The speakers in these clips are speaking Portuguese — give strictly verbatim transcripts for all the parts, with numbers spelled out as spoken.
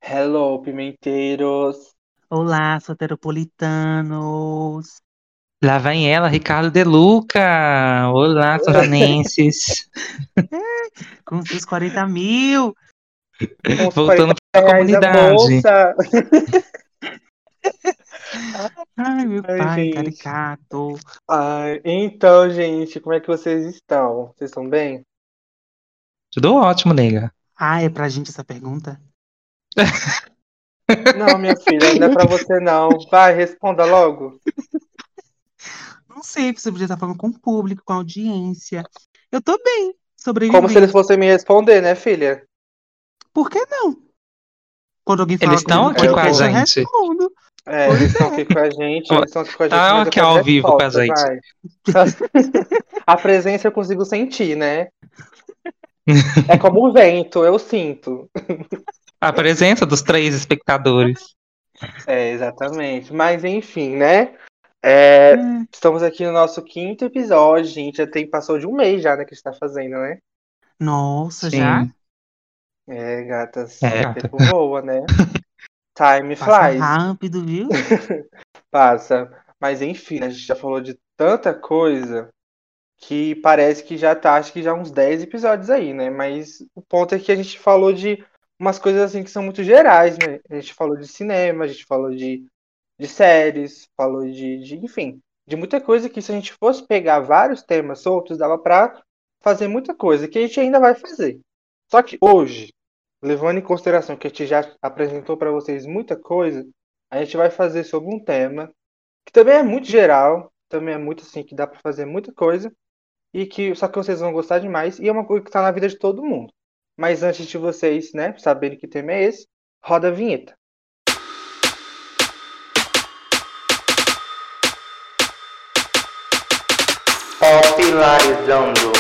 Hello, pimenteiros. Olá, soteropolitanos. Lá vem ela, Ricardo De Luca. Olá, santanenses. Com seus quarenta mil. Com os Voltando quarenta pra reais a comunidade. bolsa. Ai, meu Ai, pai, gente. caricato. Ai, então, gente, como é que vocês estão? Vocês estão bem? Tudo ótimo, nega. Ah, é pra gente essa pergunta? Não, minha filha, não é pra você não. Vai, responda logo. Não sei, você podia estar falando com o público, com a audiência. Eu tô bem, Como se eles sobrevivendo. fossem me responder, né, filha? Por que não? Quando alguém Eles fala comigo estão no aqui É, eu com a vou. podcast, eu gente. respondo. É, eles Pois estão é. aqui com a gente, Ó, eles estão aqui com a gente, tá mas eu aqui quero ao vivo com a resposta, gente. vai. A presença eu consigo sentir, né? É como o vento, eu sinto. A presença dos três espectadores. É, exatamente. Mas enfim, né? É, É. estamos aqui no nosso quinto episódio, gente. Já tem, passou de um mês já, né, que a gente tá fazendo, né? Nossa, já? Sim. É, gatas, É, o gata. tempo voa, né? Time Passa flies, rápido, viu? passa. Mas enfim, a gente já falou de tanta coisa que parece que já tá, acho que já uns dez episódios aí, né? Mas o ponto é que a gente falou de umas coisas assim que são muito gerais, né? A gente falou de cinema, a gente falou de de séries, falou de, de, enfim, de muita coisa que se a gente fosse pegar vários temas soltos, dava para fazer muita coisa, que a gente ainda vai fazer. Só que hoje, levando em consideração que a gente já apresentou para vocês muita coisa, a gente vai fazer sobre um tema que também é muito geral, também é muito assim, que dá para fazer muita coisa, e que só que vocês vão gostar demais, e é uma coisa que está na vida de todo mundo. Mas antes de vocês, né, saberem que tema é esse, roda a vinheta. Popularizando.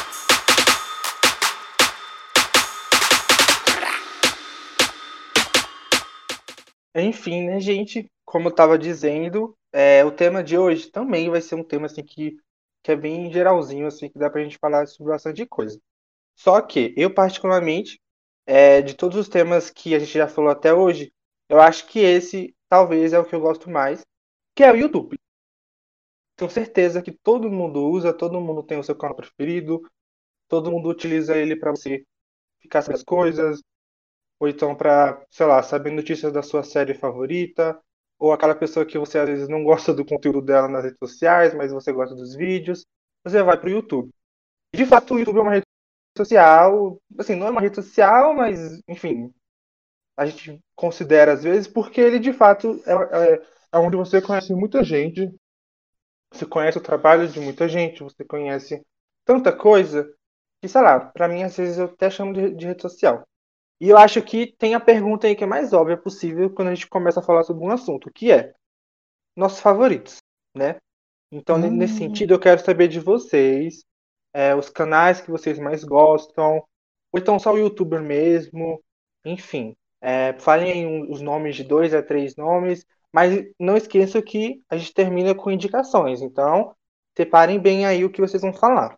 Enfim, né, gente? Como eu estava dizendo, é, o tema de hoje também vai ser um tema assim que, que é bem geralzinho, assim, que dá pra gente falar sobre bastante coisa. Só que eu, particularmente, é, de todos os temas que a gente já falou até hoje, eu acho que esse talvez é o que eu gosto mais, que é o YouTube. Tenho certeza que todo mundo usa, todo mundo tem o seu canal preferido, todo mundo utiliza ele para você ficar sabendo as coisas, ou então para, sei lá, saber notícias da sua série favorita, ou aquela pessoa que você às vezes não gosta do conteúdo dela nas redes sociais, mas você gosta dos vídeos, você vai para o YouTube. E, de fato, o YouTube é uma rede social, assim, não é uma rede social, mas, enfim, a gente considera às vezes, porque ele de fato é, é, é onde você conhece muita gente, você conhece o trabalho de muita gente, você conhece tanta coisa, que, sei lá, para mim às vezes eu até chamo de, de rede social. E eu acho que tem a pergunta aí que é mais óbvia possível quando a gente começa a falar sobre um assunto, que é nossos favoritos, né? Então, ne- nesse Hum, sentido, eu quero saber de vocês, é, os canais que vocês mais gostam, ou então só o YouTuber mesmo, enfim. É, falem um- os nomes de dois a três nomes, mas não esqueçam que a gente termina com indicações. Então, separem bem aí o que vocês vão falar.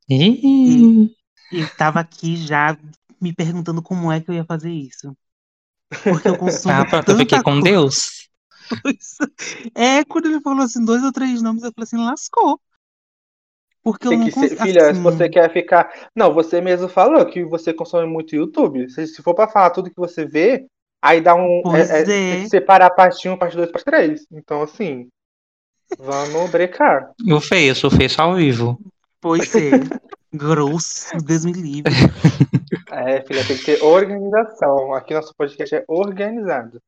e Ih, eu tava aqui já me perguntando como é que eu ia fazer isso. Porque eu ah, consumo pronto, eu fiquei tanta com Deus. coisa. É, quando ele falou assim, dois ou três nomes, eu falei assim, lascou. Porque eu Tem não que ser, consigo, filha, se você assim, quer ficar. Não, você mesmo falou que você consome muito YouTube. Se, se for pra falar tudo que você vê, aí dá um. é- pois é- tem que é, separar a parte um, parte dois, parte três. Então, assim, vamos brecar. Eu feço, eu feço ao vivo. pois é. Grosso, Deus me livre. É, filha, tem que ter organização. Aqui nosso podcast é organizado.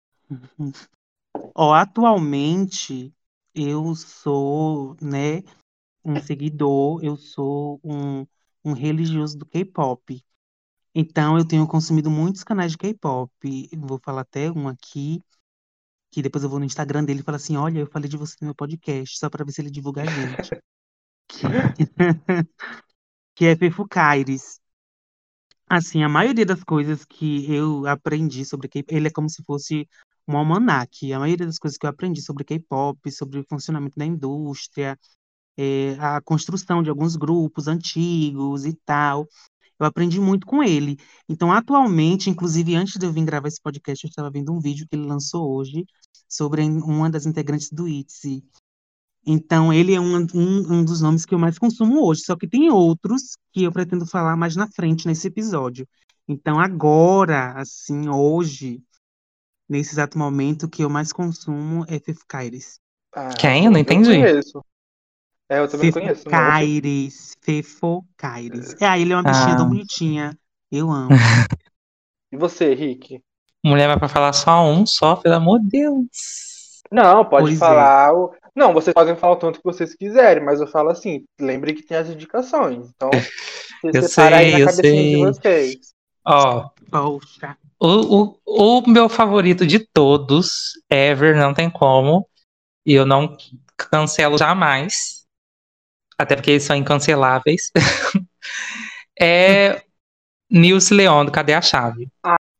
Ó, atualmente, eu sou, né, um seguidor, eu sou um, um religioso do K-pop. Então, eu tenho consumido muitos canais de K-pop. Vou falar até um aqui, que depois eu vou no Instagram dele e falo assim: olha, eu falei de você no meu podcast, só pra ver se ele divulga a gente. Que é Fefucaires. Assim, a maioria das coisas que eu aprendi sobre K-pop, ele é como se fosse um almanaque. A maioria das coisas que eu aprendi sobre K-pop, sobre o funcionamento da indústria, é, a construção de alguns grupos antigos e tal. Eu aprendi muito com ele. Então, atualmente, inclusive, antes de eu vir gravar esse podcast, eu estava vendo um vídeo que ele lançou hoje sobre uma das integrantes do ITZY. Então, ele é um, um, um dos nomes que eu mais consumo hoje. Só que tem outros que eu pretendo falar mais na frente, nesse episódio. Então, agora, assim, hoje, nesse exato momento, o que eu mais consumo é Fefo Caires. Ah, Quem? Eu não eu entendi. conheço. É, eu também não Fefo conheço, não. Caires. Fefo Caires. É, ah, ele é uma bichinha tão Ah, bonitinha. Eu amo. E você, Rick? mulher vai pra falar só um, só, pelo amor de Deus. Não, pode Pois é. falar. O... Não, vocês podem falar o tanto que vocês quiserem, mas eu falo assim, lembre que tem as indicações. Então, você Eu separa aí na sei, eu cabecinha de sei. vocês. Ó, Poxa. o, o, o meu favorito de todos, ever, não tem como. E eu não cancelo jamais. Até porque eles são incanceláveis. É Nilce Leon, do Cadê a Chave?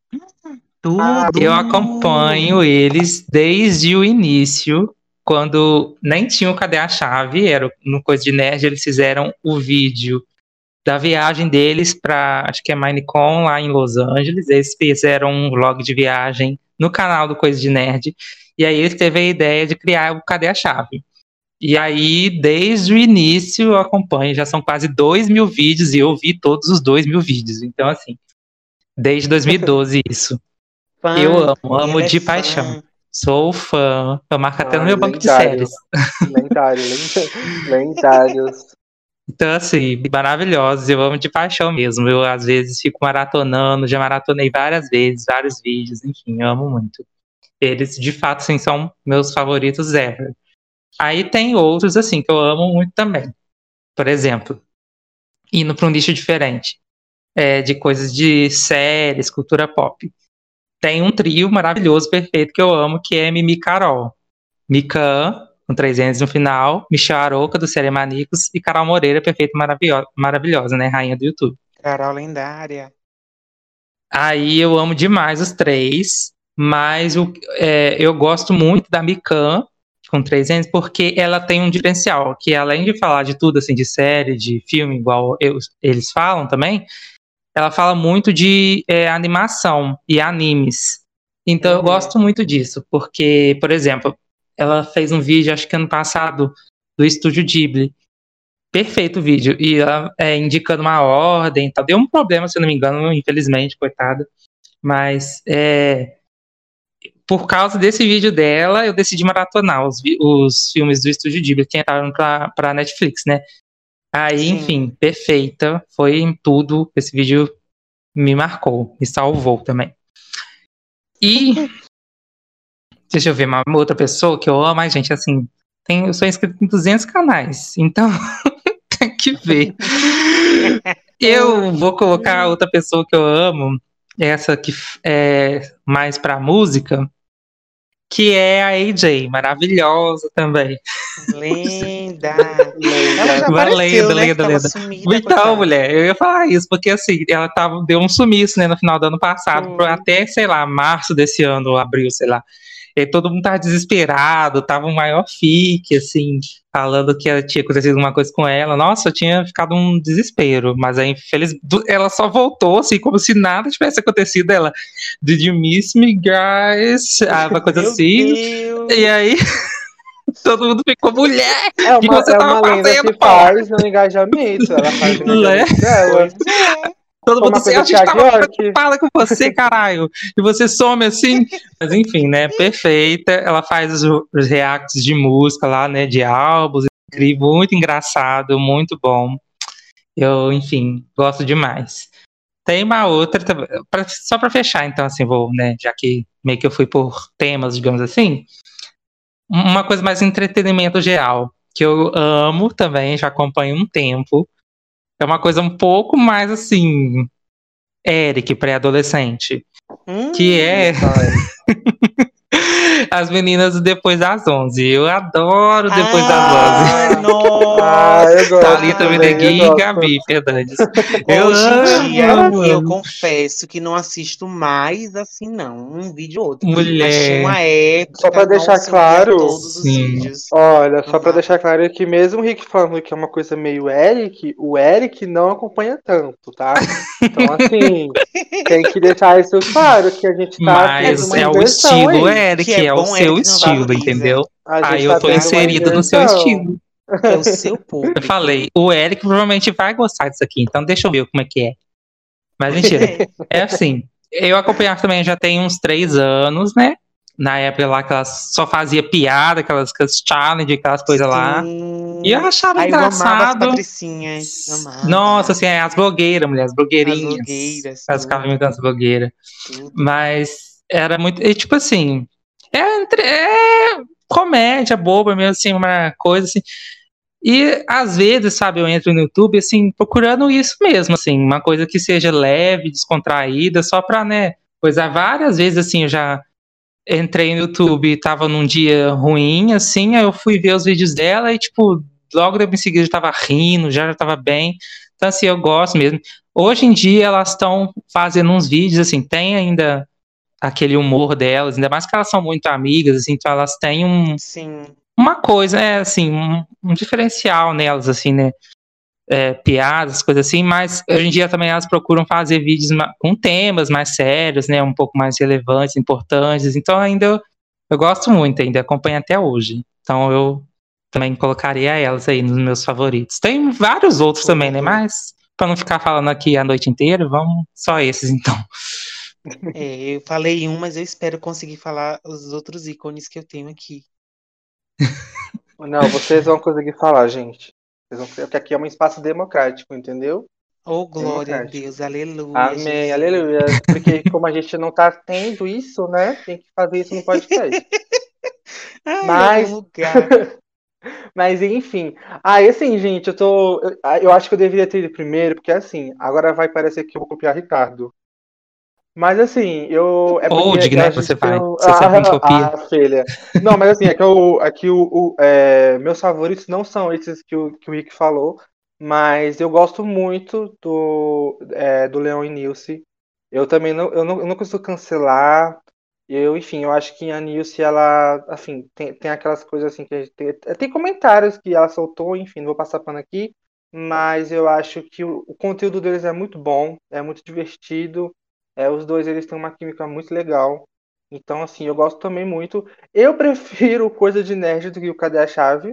Tudo. Eu acompanho eles desde o início, quando nem tinha o Cadê a Chave, era no Coisa de Nerd, eles fizeram o vídeo da viagem deles para, acho que é Minecon, lá em Los Angeles. Eles fizeram um vlog de viagem no canal do Coisa de Nerd, e aí eles teve a ideia de criar o Cadê a Chave. E aí, desde o início, eu acompanho, já são quase dois mil vídeos, e eu vi todos os dois mil vídeos. Então, assim, desde dois mil e doze isso. Fã. Eu amo, amo Ela é de fã. paixão. Sou fã. Eu marco até no Ai, meu banco de lendário. séries. Lendário, lenda- lendários. Então, assim, maravilhosos. Eu amo de paixão mesmo. Eu, às vezes, fico maratonando. Já maratonei várias vezes, vários vídeos. Enfim, eu amo muito. Eles, de fato, assim, são meus favoritos ever. Aí tem outros, assim, que eu amo muito também. Por exemplo, indo para um nicho diferente. É, de coisas de séries, cultura pop. Tem um trio maravilhoso, perfeito, que eu amo, que é Mimi e Carol. Mikan, com três N's no final, Michelle Aroca, do Série Manicos, e Carol Moreira, perfeita e maravilhosa, maravilhosa, né? Rainha do YouTube. Carol lendária. Aí eu amo demais os três, mas o, é, eu gosto muito da Mikan, com três N's, porque ela tem um diferencial, que além de falar de tudo, assim, de série, de filme, igual eu, eles falam também, ela fala muito de é, animação e animes. Então eu Uhum. gosto muito disso, porque, por exemplo, ela fez um vídeo, acho que ano passado, do Estúdio Ghibli. Perfeito o vídeo. E ela é, indicando uma ordem e tal. Deu um problema, se eu não me engano, infelizmente, coitada. Mas é, por causa desse vídeo dela, eu decidi maratonar os, os filmes do Estúdio Ghibli que entraram pra, pra Netflix, né? Aí, Sim. enfim, perfeita. Foi em tudo. Esse vídeo me marcou, me salvou também. E deixa eu ver, uma outra pessoa que eu amo, mas, gente, assim, tem, eu sou inscrito em duzentos canais, então tem que ver. Eu vou colocar outra pessoa que eu amo, essa que é mais pra música, que é a A J, maravilhosa também. Lenda. Lenda. Ela já Uma apareceu, lenda, né? Que lenda, tava lenda. sumida, Então, coitada. mulher, eu ia falar isso, porque assim, ela tava, deu um sumiço, né, no final do ano passado, Foi. pro- até, sei lá, março desse ano, abril, sei lá. E aí todo mundo tava desesperado, tava um maior fique, assim, falando que tinha acontecido uma coisa com ela. Nossa, eu tinha ficado um desespero, mas aí, feliz, ela só voltou, assim, como se nada tivesse acontecido. Ela, did you miss me, guys? Ah, uma coisa Meu assim. Deus. E aí, todo mundo ficou, mulher, É o que uma, você é tava uma lenda fazendo, que pô? faz no engajamento. Ela faz o Né? engajamento dela. Pois é. Todo Foi mundo uma assim, coisa a que a gente tava Bjork. preocupada com você, caralho. E você some assim. Mas enfim, né? Perfeita. Ela faz os, os reacts de música lá, né? De álbuns. Incrível, muito engraçado, muito bom. Eu, enfim, gosto demais. Tem uma outra, pra, só pra fechar, então, assim, vou, né? Já que meio que eu fui por temas, digamos assim. Uma coisa mais entretenimento geral, que eu amo também, já acompanho um tempo. É uma coisa um pouco mais assim, Eric, pré-adolescente. Hum. Que é Ai, As meninas do Depois das onze. Eu adoro Depois das Ai, onze. Ah, eu nossa! gosto Thalita também, eu Meneghini e gosto. Gabi Fernandes. Eu Hoje em amo, dia, amo, eu amo. confesso que não assisto mais assim, não. Um vídeo ou outro. Mas tinha uma Mulher. Só pra época, deixar nossa, eu via claro, todos os Sim. vídeos. olha, só pra Amava. deixar claro que mesmo o Rick falando que é uma coisa meio Eric, o Eric não acompanha tanto, tá? Então, assim, tem que deixar isso claro, que a gente tá tendo Mas uma é o inversão estilo aí. Que Eric, é é o bom, seu Eric não estilo, valoriza. entendeu? A Aí gente eu tá tô tendo uma inserido no seu inversão. estilo. É o seu Eu público. falei, o Eric provavelmente vai gostar disso aqui, então deixa eu ver como é que é. Mas mentira. É. É assim, eu acompanhava também já tem uns três anos, né? Na época lá que ela só fazia piada, aquelas, aquelas challenge, aquelas coisas lá. E eu Sim. achava Aí eu amava as engraçado. patricinhas. Nossa, Amava. assim, é as blogueiras, mulher, as As blogueirinhas. blogueiras, Elas ficavam tudo, imitando as blogueiras. tudo. Mas era muito. E, tipo assim, é, entre- é comédia boba mesmo, assim, uma coisa assim. E às vezes, sabe, eu entro no YouTube, assim, procurando isso mesmo, assim, uma coisa que seja leve, descontraída, só pra, né, coisa várias vezes, assim, eu já entrei no YouTube, tava num dia ruim, assim, aí eu fui ver os vídeos dela e, tipo, logo em seguida eu tava rindo, já, já tava bem. Então, assim, eu gosto mesmo. Hoje em dia elas estão fazendo uns vídeos, assim, tem ainda aquele humor delas, ainda mais que elas são muito amigas, assim, então elas têm um, Sim. uma coisa, né, assim, um, um diferencial nelas, assim, né, é, piadas, coisas assim, mas hoje em dia também elas procuram fazer vídeos ma- com temas mais sérios, né, um pouco mais relevantes, importantes, então ainda eu, eu gosto muito, ainda acompanho até hoje, então eu também colocaria elas aí nos meus favoritos. Tem vários outros também, né, Tudo. mas para não ficar falando aqui a noite inteira, vamos só esses então. É, eu falei um, mas eu espero conseguir falar os outros ícones que eu tenho aqui. Não, vocês vão conseguir falar, gente. Vocês vão, porque aqui é um espaço democrático, entendeu? Oh, glória a Democrático. Deus, aleluia, Amém, Jesus. aleluia. Porque como a gente não tá tendo isso, né? Tem que fazer isso no podcast. Ai, é um Mas, lugar. mas enfim. Ah, e assim, gente, eu tô. Eu, ah, eu acho que eu deveria ter ido primeiro, porque assim, agora vai parecer que eu vou copiar Ricardo. Mas assim, eu. É porque Old, a né, gente você tem vai, um. você sempre me copia. Ah, a filha. Não, mas assim, é que, eu, é que o, o- é, meus favoritos não são esses que o, que o Rick falou, mas eu gosto muito do, é, do Leon e Nilce. Eu também não, eu não, eu não consigo cancelar. Eu, enfim, eu acho que a Nilce, ela, assim, tem, tem aquelas coisas assim que a gente tem, tem comentários que ela soltou, enfim, não vou passar pano aqui, mas eu acho que o, o conteúdo deles é muito bom, é muito divertido. É, os dois eles têm uma química muito legal. Então, assim, eu gosto também muito. Eu prefiro o Coisa de Nerd do que o Cadê a Chave?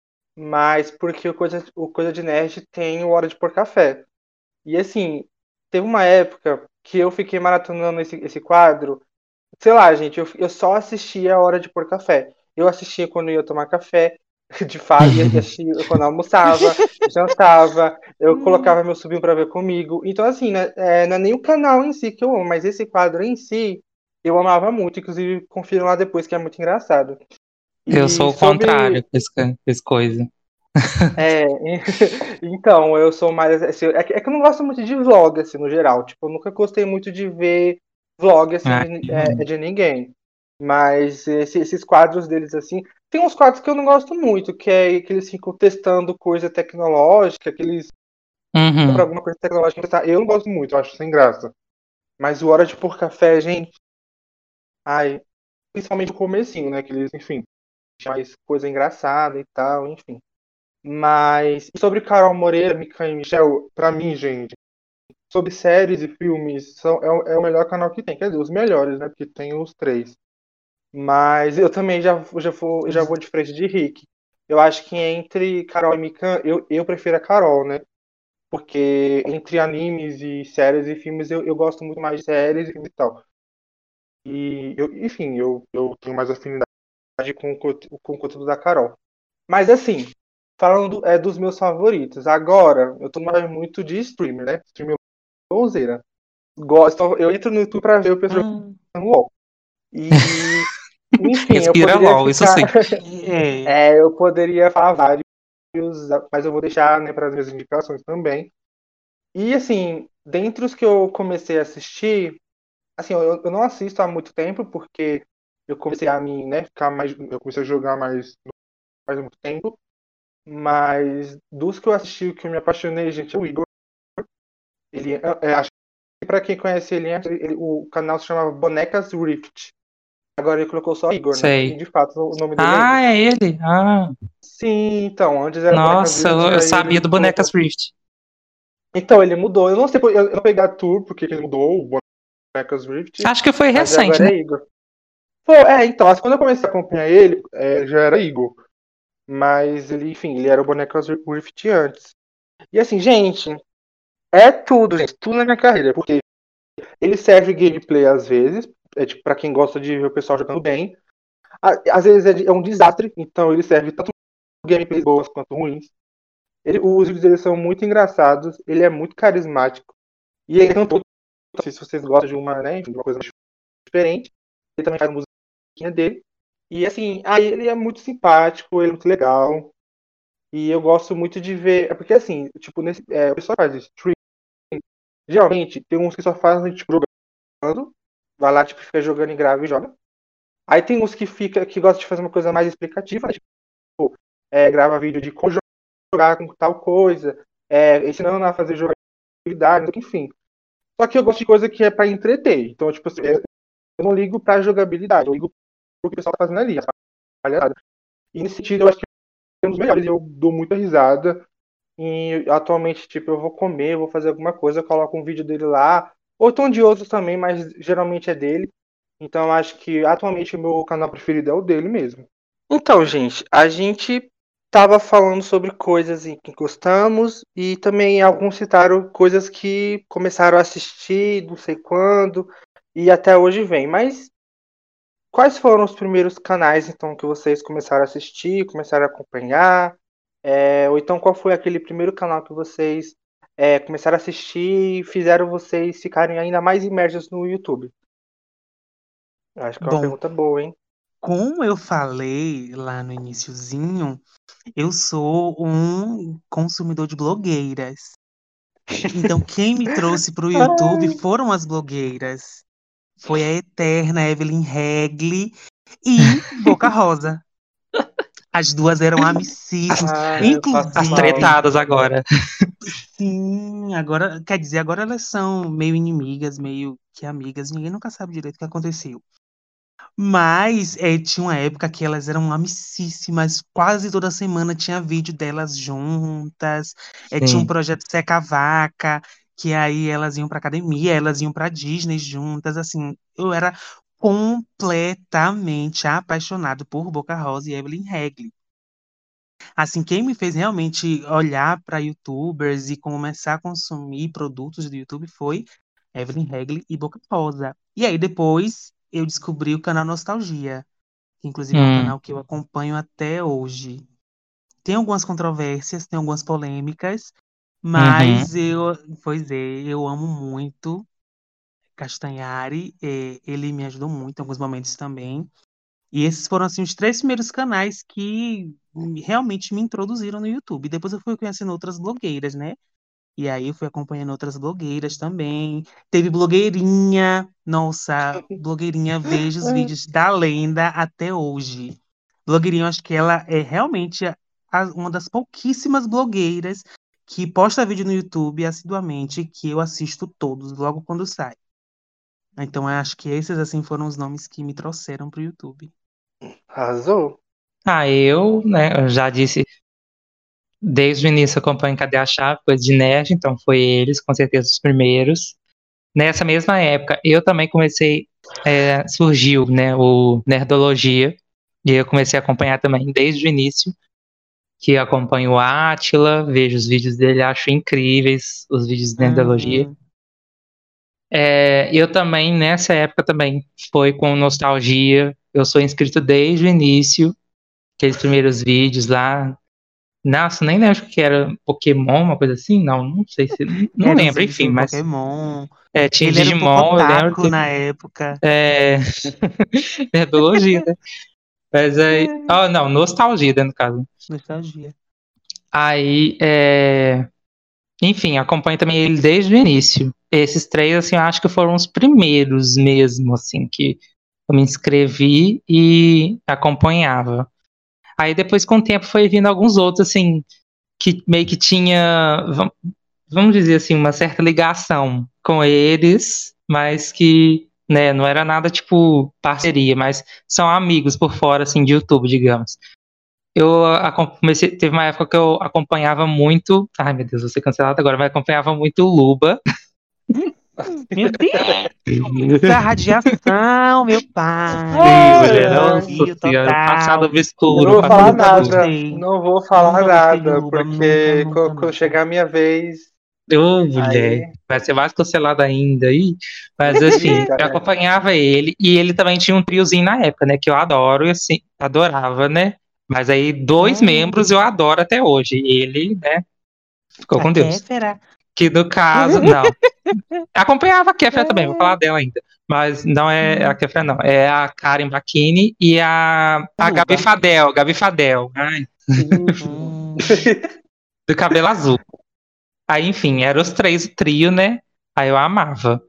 Mas porque o Coisa, o Coisa de Nerd tem o Hora de Pôr Café. E assim, teve uma época que eu fiquei maratonando esse, esse quadro. Sei lá, gente, eu, eu só assistia a Hora de Pôr Café. Eu assistia quando eu ia tomar café, de fato, ia assistir quando eu almoçava, jantava, eu colocava meu sobrinho para ver comigo. Então, assim, né, é, não é nem o canal em si que eu amo, mas esse quadro em si, eu amava muito. Inclusive, confiro lá depois, que é muito engraçado. Eu E sou o sobre. contrário com esse, com esse coisa. É, então, eu sou mais. Assim, é, que, é que eu não gosto muito de vlog, assim, no geral. Tipo, eu nunca gostei muito de ver vlog, assim, Ah, de, é, de ninguém. Mas esse- esses quadros deles, assim. Tem uns quadros que eu não gosto muito, que é que eles ficam testando coisa tecnológica, que eles compram uhum. alguma coisa tecnológica. Tá? Eu não gosto muito, eu acho sem graça. Mas o Hora de Pôr Café, gente. Ai, principalmente o comecinho, né? Que eles, enfim, tinha mais coisa engraçada e tal, enfim. Mas e sobre Carol Moreira, Mika e Michel, pra mim, gente, sobre séries e filmes, são, é, o é o melhor canal que tem. Quer dizer, os melhores, né? Porque tem os três. Mas eu também já, já, vou, já vou de frente de Rick. Eu acho que entre Carol e Mika, eu, eu prefiro a Carol, né? Porque entre animes e séries e filmes, eu, eu gosto muito mais de séries e filmes e tal. E, eu, enfim, eu, eu tenho mais afinidade com, o conte- com o conteúdo da Carol. Mas assim, falando é, dos meus favoritos, agora eu tô mais muito de streamer, né? Streamer bonzeira. Gosto, eu entro no YouTube pra ver o pessoal Hum, jogando LOL. E, enfim, eu Respira poderia LOL, isso ficar. sim. é. É, eu poderia falar vários, mas eu vou deixar, né, para as minhas indicações também. E assim, dentre os que eu comecei a assistir, assim, eu, eu não assisto há muito tempo, porque eu comecei a me, né, ficar mais. Eu comecei a jogar mais faz muito tempo. Mas dos que eu assisti, o que eu me apaixonei, gente, é o Igor. Ele é, é, acho que pra quem conhece ele antes, ele- o canal se chamava Bonecas Rift. Agora ele colocou só Igor, né? E Sei. de fato o nome dele é Igor. Ah, é ele? Ah, Sim, então, antes era Bonecas nossa, Rift, eu, eu aí sabia ele do colocou. Bonecas Rift. Então, ele mudou. Eu não sei, eu eu não peguei a tour porque ele mudou, o Bonecas Rift, Acho que foi mas recente, agora né? é Igor. Pô, é, então, mas quando eu comecei a acompanhar ele, é, já era Igor. Mas ele, enfim, ele era o Bonecas Rift antes. E assim, gente, é tudo, gente, tudo na minha carreira, porque ele serve gameplay às vezes, é tipo pra quem gosta de ver o pessoal jogando bem. À- Às vezes é, de- é um desastre, então ele serve tanto gameplays boas quanto ruins. Ele, os vídeos dele são muito engraçados, ele é muito carismático. E ele cantou, não sei se vocês gostam de uma, né, de uma coisa diferente. Ele também faz a musiquinha dele. E assim, aí ele é muito simpático, ele é muito legal. E eu gosto muito de ver. É porque assim, tipo, nesse, é, o pessoal faz stream. Geralmente tem uns que só fazem tipo, jogando. Vai lá, tipo, fica jogando e grava e joga. Aí tem uns que fica, que gosta de fazer uma coisa mais explicativa, né? Tipo, é, grava vídeo de como jogar com tal coisa, é, ensinando a fazer jogabilidade, enfim. Só que eu gosto de coisa que é pra entreter. Então, tipo assim, eu não ligo pra jogabilidade, eu ligo pro que o pessoal tá fazendo ali, as palhaçadas. E nesse sentido, eu acho que é um dos melhores. Eu dou muita risada. E atualmente, tipo, eu vou comer, eu vou fazer alguma coisa, eu coloco um vídeo dele lá. Ou então de outros também, mas geralmente é dele. Então eu acho que atualmente o meu canal preferido é o dele mesmo. Então, gente, a gente tava falando sobre coisas em que gostamos e também alguns citaram coisas que começaram a assistir, não sei quando, e até hoje vem. Mas quais foram os primeiros canais, então, que vocês começaram a assistir, começaram a acompanhar? É, ou então, qual foi aquele primeiro canal que vocês é, começaram a assistir e fizeram vocês ficarem ainda mais imersos no YouTube? Acho que é uma Bom, pergunta boa, hein? como eu falei lá no iniciozinho, eu sou um consumidor de blogueiras. Então, quem me trouxe para o YouTube Ai, foram as blogueiras. Foi a eterna Evelyn Regli e Boca Rosa. As duas eram As, amicíssimas. ai, eu passo as Inclusive, mal. tretadas agora. sim, agora, quer dizer, agora elas são meio inimigas, meio que amigas. Ninguém nunca sabe direito o que aconteceu. Mas é, tinha uma época que elas eram amicíssimas, quase toda semana tinha vídeo delas juntas. É, tinha um Sim. projeto Seca a Vaca, que aí elas iam pra academia, elas iam pra Disney juntas. Assim, eu era completamente apaixonado por Boca Rosa e Evelyn Regli. Assim, quem me fez realmente olhar para YouTubers e começar a consumir produtos do YouTube foi Evelyn Regli e Boca Rosa. E aí depois eu descobri o canal Nostalgia, que inclusive é um Hum, canal que eu acompanho até hoje. Tem algumas controvérsias, tem algumas polêmicas, uhum. mas eu, pois é, eu amo muito Castanhari, eh, ele me ajudou muito em alguns momentos também. E esses foram assim os três primeiros canais que me- realmente me introduziram no YouTube. Depois eu fui conhecendo outras blogueiras, né? E aí eu fui acompanhando outras blogueiras também. Teve blogueirinha, nossa, blogueirinha, vejo os vídeos da lenda até hoje. Blogueirinha, eu acho que ela é realmente a- a- uma das pouquíssimas blogueiras que posta vídeo no YouTube assiduamente, que eu assisto todos, logo quando sai. Então eu acho que esses assim foram os nomes que me trouxeram pro YouTube. Arrasou. Ah, eu, né, eu já disse, desde o início eu acompanho Cadê a Chave, coisa de nerd, então foi eles, com certeza, os primeiros. Nessa mesma época, eu também comecei, é, surgiu, né, o Nerdologia, e eu comecei a acompanhar também desde o início, que eu acompanho o Átila, vejo os vídeos dele, acho incríveis os vídeos de Nerdologia. Uhum. É, eu também, nessa época também, foi com Nostalgia, eu sou inscrito desde o início, aqueles primeiros vídeos lá. Nossa, nem lembro o que era Pokémon, uma coisa assim, não, não sei se, não Eram os lembro, vídeos enfim, sobre mas Pokémon. é, tinha Ele era um pouco Digimon, eu lembro otaku que na época. é, Nerdologia, né? Mas aí, oh, não, Nostalgia, né, no caso. Nostalgia. Aí, é, enfim, acompanho também ele desde o início. Esses três, assim, eu acho que foram os primeiros mesmo, assim, que Eu me inscrevi e acompanhava. Aí depois, com o tempo, foi vindo alguns outros, assim, que meio que tinha, vam- vamos dizer assim, uma certa ligação com eles, mas que, né, não era nada tipo parceria, mas são amigos por fora, assim, de YouTube, digamos. Eu acom- comecei, teve uma época que eu acompanhava muito, ai meu Deus, vou ser cancelado agora, mas acompanhava muito o Luba. Meu Deus, a radiação, meu pai. Ai, Mulher, nossa Desafio senhora, passado total. eu obscuro, não vou falar passado Nunca obscuro. nada, gostei. não vou falar Nunca gostei de nada, Luba, nunca, porque nunca, quando quando nunca. chegar a minha vez, Ô, mulher, aí, vai ser mais cancelado ainda aí. Mas assim, diga, eu né? acompanhava ele e ele também tinha um triozinho na época, né? Que eu adoro e assim, adorava, né? Mas aí dois membros Hum, eu adoro até hoje. Ele, né, ficou a com Deus. Kéfera. Que no caso, não. Acompanhava a Kefra também, vou falar dela ainda. Mas não é a Hum, Kefra, não. É a Karen Bacchini e a, a Gabi Luba. Fadel. Gabi Fadel. Ai, Ixi. Hum, do cabelo azul. Aí, enfim, eram os três, o trio, né? Aí eu amava.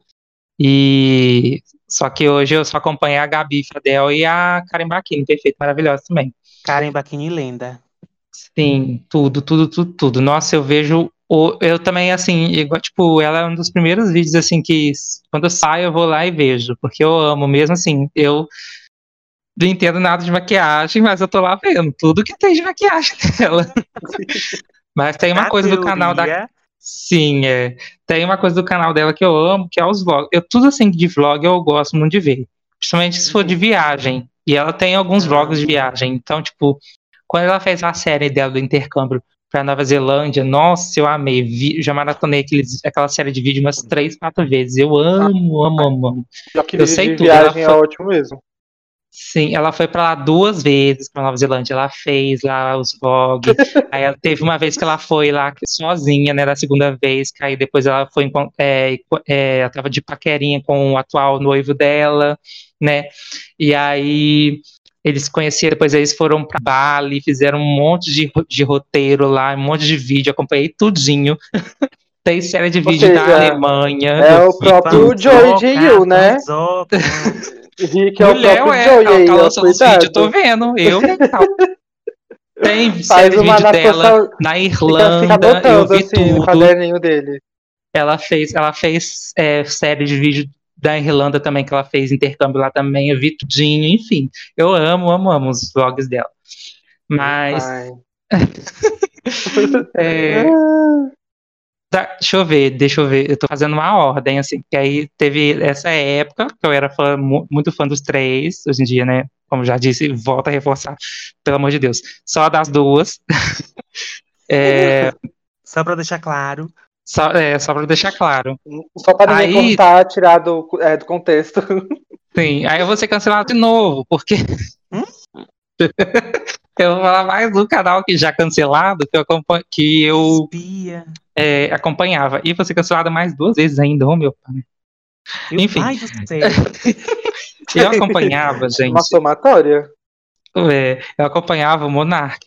E só que hoje eu só acompanho a Gabi Fadel e a Karen Bacchini, perfeito, maravilhosa também. Karen Bacchini lenda. Sim, tudo, tudo, tudo, tudo. Nossa, eu vejo. O, eu também, assim, igual, tipo, ela é um dos primeiros vídeos, assim, que s- quando eu saio eu vou lá e vejo, porque eu amo mesmo, assim. Eu não entendo nada de maquiagem, mas eu tô lá vendo tudo que tem de maquiagem dela. Mas tem uma Na coisa do canal da. teoria, Sim, é. Tem uma coisa do canal dela que eu amo, que é os vlogs. Eu, tudo assim de vlog eu gosto muito de ver. Principalmente se for de uhum. viagem. E ela tem alguns vlogs de Amo. viagem. Então, tipo, quando ela fez a série dela do intercâmbio pra Nova Zelândia, nossa, eu amei. Vi- já maratonei aqueles, aquela série de vídeo umas três, quatro vezes. Eu amo, amo, amo, amo. Pior que Eu vídeo sei de tudo. Ela viagem é foi, ótimo mesmo. sim, ela foi pra lá duas vezes, pra Nova Zelândia. Ela fez lá os vlogs. Aí ela teve uma vez que ela foi lá sozinha, né? Da segunda vez, que aí depois ela foi, encon- é, é, ela tava de paquerinha com o atual noivo dela, né? E aí eles se conheceram, depois eles foram pra Bali, fizeram um monte de, ro- de roteiro lá, um monte de vídeo, acompanhei tudinho. Tem série de Ou vídeo da seja, Alemanha, é eu o vi próprio tudo. Joey de Panzoca, You, né? panzoca. Rick é o Mulher, próprio ué, Joey ela tá aí, ó, lançando os vídeos, eu tô cuidado. vendo. Eu nem tem Faz série de uma vídeo dela adaptação, na fica, fica Irlanda, eu anotando vi assim no tudo. caderninho dele. Ela fez, ela fez é, série de vídeo da Irlanda também, que ela fez intercâmbio lá também, eu vi tudinho, enfim. Eu amo, amo, amo os vlogs dela. Meu Mas, pai. é, tá, deixa eu ver, deixa eu ver, eu tô fazendo uma ordem, assim, que aí teve essa época, que eu era fã, mu- muito fã dos três, hoje em dia, né, como já disse, volta a reforçar, pelo amor de Deus, só das duas. É, Só pra deixar claro. só, é, só pra deixar claro. Só pra ninguém Aí, cortar, tirar do, é, do contexto. sim, aí eu vou ser cancelado de novo, porque Hum? eu vou falar mais do canal que já cancelado, que eu, acompan- que eu Espia. é, acompanhava. E vou ser cancelado mais duas vezes ainda, oh meu pai. Meu Enfim, pai do céu. eu acompanhava, Uma gente, somatória. é, eu acompanhava o Monark.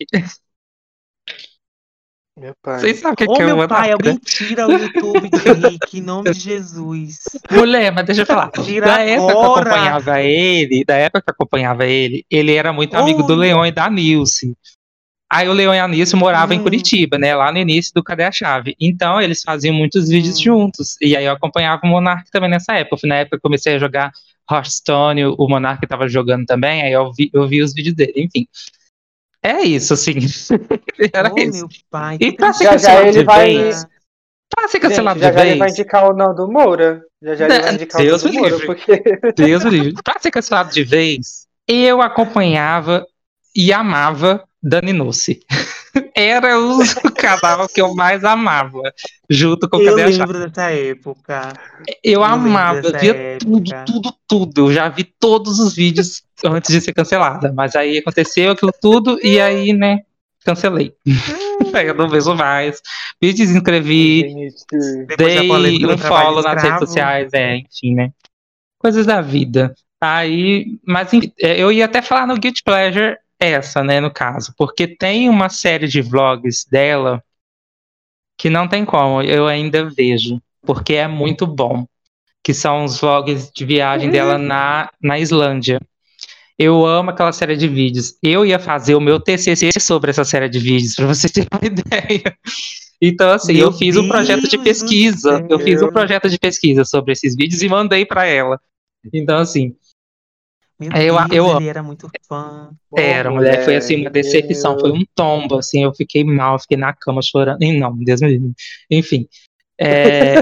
Meu pai. Vocês sabem o que Ô, que é o meu pai, Monark, né? alguém tira o YouTube de Rick, em nome de Jesus. Mulher, mas deixa eu falar. Tira Da época que eu agora! acompanhava ele, da época que eu acompanhava ele, ele era muito amigo Ô, do Leon e da Nilce. Aí o Leon e a Nilce moravam em hum, Curitiba, né? Lá no início do Cadê a Chave. Então eles faziam muitos vídeos hum. juntos. E aí eu acompanhava o Monark também nessa época. Foi na época que eu comecei a jogar Hearthstone, o o Monark estava jogando também, aí eu vi, eu vi os vídeos dele. Enfim, é isso, assim. Era Ô, isso. meu pai, E que pra ser Já já cancelado ele de vai. vez, pra ser Gente, cancelado de já já ele vai vez, indicar o Nando Moura. Já já ele vai da- indicar o Deus Nando me Moura, livre. porque. Deus me livre. Pra ser cancelado de vez, eu acompanhava e amava Dani Nossi. Era o canal que eu mais amava, junto com o eu Cadê a Chave. lembro dessa época. Eu Eu lembro amava, dessa via tudo, época. tudo, tudo. Eu já vi todos os vídeos antes de ser cancelada, mas aí aconteceu aquilo tudo e aí, né, cancelei. Aí eu não vejo mais. Me desinscrevi, Gente. Depois da polêmica dei do um trabalho follow nas redes escravo. sociais, é, enfim, né. Coisas da vida. Aí, mas enfim, é, eu ia até falar no Guilty Pleasure essa, né, no caso, porque tem uma série de vlogs dela que não tem como, eu ainda vejo, porque é muito bom, que são os vlogs de viagem dela na, na Islândia. Eu amo aquela série de vídeos. Eu ia fazer o meu T C C sobre essa série de vídeos, para vocês terem uma ideia. Então, assim, Meu eu fiz um projeto de Deus do pesquisa. céu. Eu fiz um projeto de pesquisa sobre esses vídeos e mandei para ela. Então, assim, Meu eu, Deus, eu amo. ele era muito fã. Ô, Era, mulher, foi assim, uma mulher, decepção, foi eu- um tombo, assim, eu fiquei mal, fiquei na cama chorando. E não, Deus me livre. Enfim, é,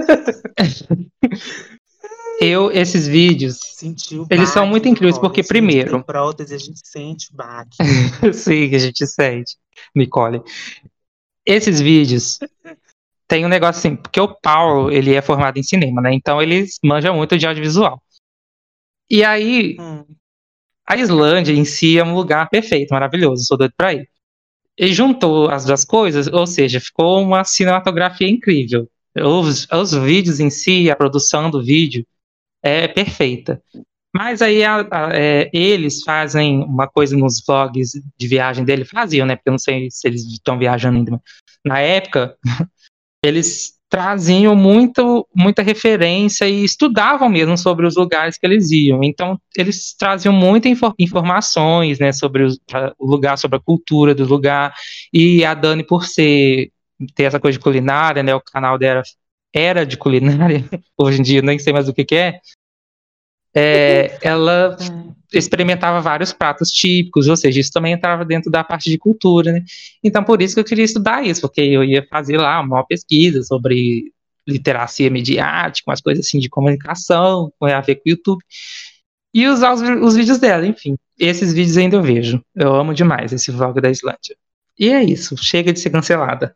eu, esses vídeos, Sentiu o eles são baque, muito incríveis, porque Nicole. Se a gente tem primeiro, prótese, a gente sente o baque. sim, que a gente sente, Nicole. Esses vídeos tem um negócio assim, porque o Paulo, ele é formado em cinema, né? Então ele manja muito de audiovisual. E aí, Hum. a Islândia em si é um lugar perfeito, maravilhoso, sou doido pra ir. E juntou as duas coisas, ou seja, ficou uma cinematografia incrível. Os, os vídeos em si, a produção do vídeo é perfeita. Mas aí a- a- é, eles fazem uma coisa nos vlogs de viagem dele, faziam, né? Porque eu não sei se eles estão viajando ainda. Mas na época, eles traziam muito, muita referência e estudavam mesmo sobre os lugares que eles iam. Então, eles traziam muitas infor- informações, né, sobre os- a- o lugar, sobre a cultura do lugar. E a Dani, por ser ter essa coisa de culinária, né, o canal dela era de culinária, hoje em dia nem sei mais o que que é, é, ela experimentava vários pratos típicos, ou seja, isso também entrava dentro da parte de cultura, né? Então, por isso que eu queria estudar isso, porque eu ia fazer lá uma pesquisa sobre literacia midiática, umas coisas assim de comunicação, com a ver com o YouTube, e usar os, os vídeos dela, enfim. Esses vídeos ainda eu vejo. Eu amo demais esse vlog da Islândia. E é isso, chega de ser cancelada.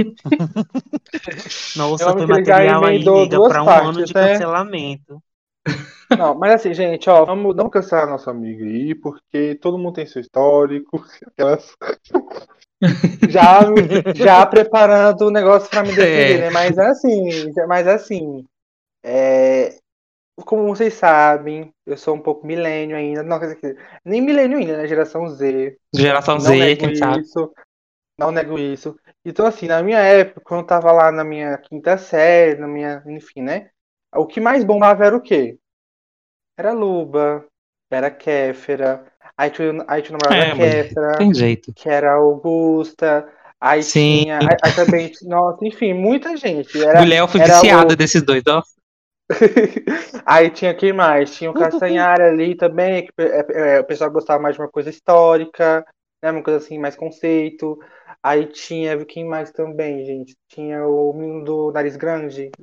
Eu Nossa, amo foi que ele já material aí, emendou nega, duas para um ano partes, de né? cancelamento. Não, mas assim, gente, ó, vamos não cancelar nosso amigo aí, porque todo mundo tem seu histórico. Aquelas... já, já preparando o negócio pra me defender, É. né? Mas assim, mas assim, é, como vocês sabem, eu sou um pouco milênio ainda, não, quer dizer, nem milênio ainda, né? Geração Z. Geração Não Z, nego quem sabe? isso, não nego isso. Então, assim, na minha época, quando eu tava lá na minha quinta série, na minha, enfim, né? O que mais bombava era o quê? Era Luba, era Kéfera, aí tinha, aí tinha o namorado da É, mulher, Kéfera, tem jeito. que era a Augusta, aí Sim, tinha, aí, aí também, nossa, enfim, muita gente. Era, mulher, eu fui era viciada o. desses dois, ó. Aí tinha quem mais? Tinha o Castanhari ali também, que é, é, o pessoal gostava mais de uma coisa histórica, né? Uma coisa assim, mais conceito. Aí tinha quem mais também, gente? Tinha o menino do nariz grande,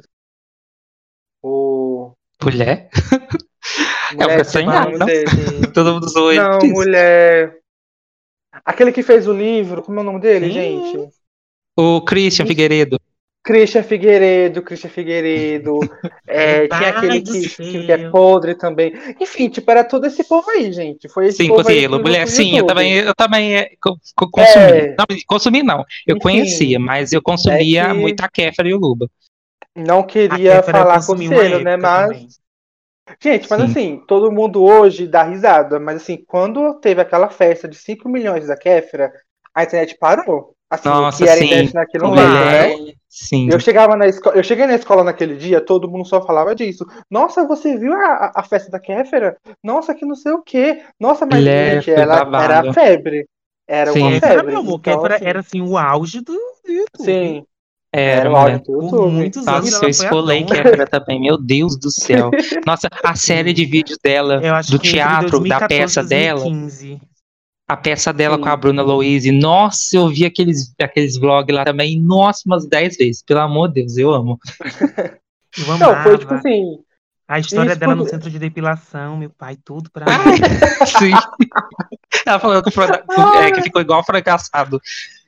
o. Mulher? É o Mulher, esqueci o Castanhari, nome não? dele. Todo mundo zoou ele Não, disso. mulher. Aquele que fez o livro, como é o nome dele, gente? Sim. O Christian Ih, Figueiredo. Christian Figueiredo, Christian Figueiredo. Meu É, tinha pai aquele do que, que, que é céu. podre também. Enfim, tipo, era todo esse povo aí, gente. Foi esse Sim, povo aí que Cocielo. levou Mulher, pro sim, eu também, YouTube. eu também é, co- co- consumi. É, Não, consumi não. Eu conhecia, enfim, mas eu é consumia muito que a Kéfera e o Luba. não A queria Kéfera eu falar consumi uma conselho, né? época Mas, também. gente, mas Sim. assim, todo mundo hoje dá risada. Mas assim, quando teve aquela festa de cinco milhões da Kéfera, a internet parou. Assim, o Nossa, que era sim. internet naquele momento, Mulher, né? Claro. sim. Eu chegava na escola, eu cheguei na escola naquele dia, todo mundo só falava disso. Nossa, você viu a, a- a festa da Kéfera? Nossa, que não sei o quê. Nossa, mas, Mulher, gente, foi ela era a babado. febre. Era uma Sim, Kéfera, meu febre. amor, Então, Kéfera assim, era assim o auge do do YouTube. sim, era, era o áudio mulher. do Por YouTube. muitos anos Nossa, eu ela foi a espolei dona. Kéfera também, meu Deus do céu. Nossa, a série de Sim. vídeos dela, Eu acho do que entre teatro, da dois mil e quatorze e peça dela, dois mil e quinze. a peça dela com a Sim. Bruna Louise. Nossa, eu vi aqueles, aqueles vlogs lá também, nossa, umas dez vezes. Pelo amor de Deus, eu amo. Eu Não, foi tipo amava. assim. A história Isso dela no porque. centro de depilação, meu pai, tudo pra Ai, mim. sim. Ela falou que, foi- é, que ficou igual fracassado.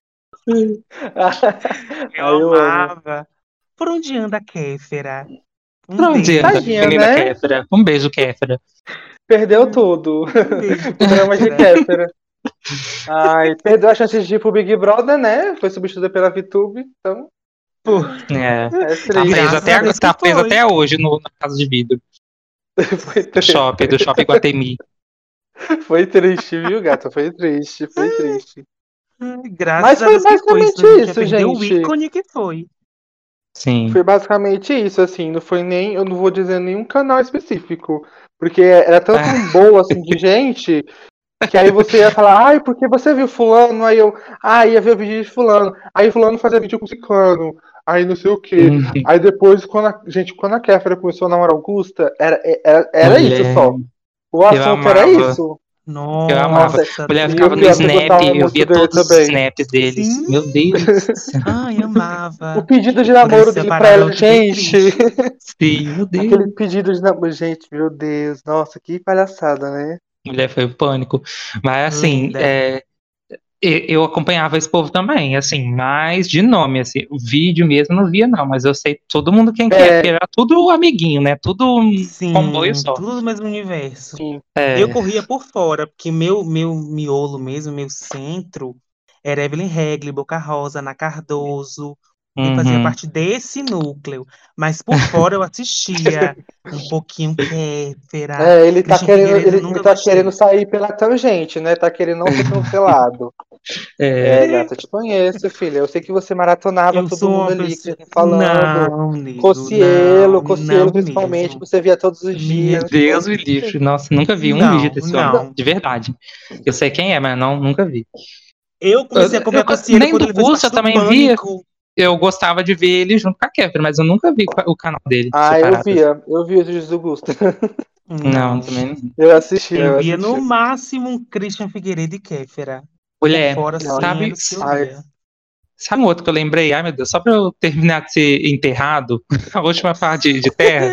Eu Aí eu amo. amava. Por onde anda a Kéfera? Por Um onde anda, beijo. Tadinha, menina né? Kéfera? Um beijo, Kéfera. Perdeu tudo. Um beijo, Drama de Kéfera. Kéfera. Ai, perdeu a chance de ir pro Big Brother, né? Foi substituída pela VTube, então Pô, É, é tá presa triste. graças a até, Deus que tá presa foi. até hoje no, na casa de vidro Foi do shopping, do triste. shopping Guatemi. Foi triste, viu, gata? Foi triste, foi triste. Ai, graças Mas a foi Deus que foi, basicamente senão a gente ia isso, perder o gente. ícone que foi. Sim. Foi basicamente isso, assim, não foi nem, eu não vou dizer nenhum canal específico, porque era tanto um bolo, assim, de gente, que aí você ia falar, ai, porque você viu fulano, aí eu, ah, ia ver o vídeo de fulano, aí fulano fazia vídeo com ciclano, aí não sei o quê, Hum, aí depois, quando a, gente, quando a Kéfera começou a namorar Augusta, era, era, era isso Mulher, só, o eu assunto era amava. isso, Eu amava. nossa, Mulher, eu e o ficava no pior é que eu Snap, gostava eu muito via dele todos os também. snaps deles. Sim. Meu Deus do céu. Ai, O amava. pedido de Por namoro eles dele pra separaram, ela, eu fiquei gente, triste. Sim, meu aquele Deus. pedido de namoro, gente, meu Deus, nossa, que palhaçada, né? Mulher, foi o pânico. Mas assim, Lenda. é, e- eu acompanhava esse povo também, assim, mais de nome, assim, o vídeo mesmo eu não via não, mas eu sei todo mundo quem que é, porque É, era tudo amiguinho, né? Tudo um comboio Sim, só. tudo do mesmo universo. sim. Eu É, corria por fora, porque meu, meu miolo mesmo, meu centro, era Evelyn Regli, Boca Rosa, Ana Cardoso. Eu fazia uhum. parte desse núcleo. Mas por fora eu assistia um pouquinho Kéfera, É, ele tá Christian querendo, Figueiredo, eu ele, ele nunca tá querendo gostei. sair pela tangente, né? Tá querendo não ser cancelado. É, É, gata, eu te conheço, filha. Eu sei que você maratonava Eu todo sou mundo uma ali que pessoa. ia falando. Não, nego, Cocielo, não, Cocielo não principalmente, mesmo. você via todos os Minha. dias. Deus me livre. Nossa, nunca vi um vídeo Não, desse homem, não. de verdade. Eu sei quem é, mas não, nunca vi. Eu Eu, comecei a eu- acompanhar Cossielo nem quando do ele fez Gusto eu parte do também via. Pânico. Eu gostava de ver ele junto com a Kéfera, mas eu nunca vi o canal dele Ah, eu separado. via, eu via os vídeos do Gusto. Não, Não. também não. Eu assistia, Eu eu via no assistia. máximo um Christian Figueiredo e Kéfera. Por Mulher, fora, sim, sabe, era os que eu Ai, via. sabe um outro que eu lembrei? Ai, meu Deus, só pra eu terminar de ser enterrado, a última parte de, de terra,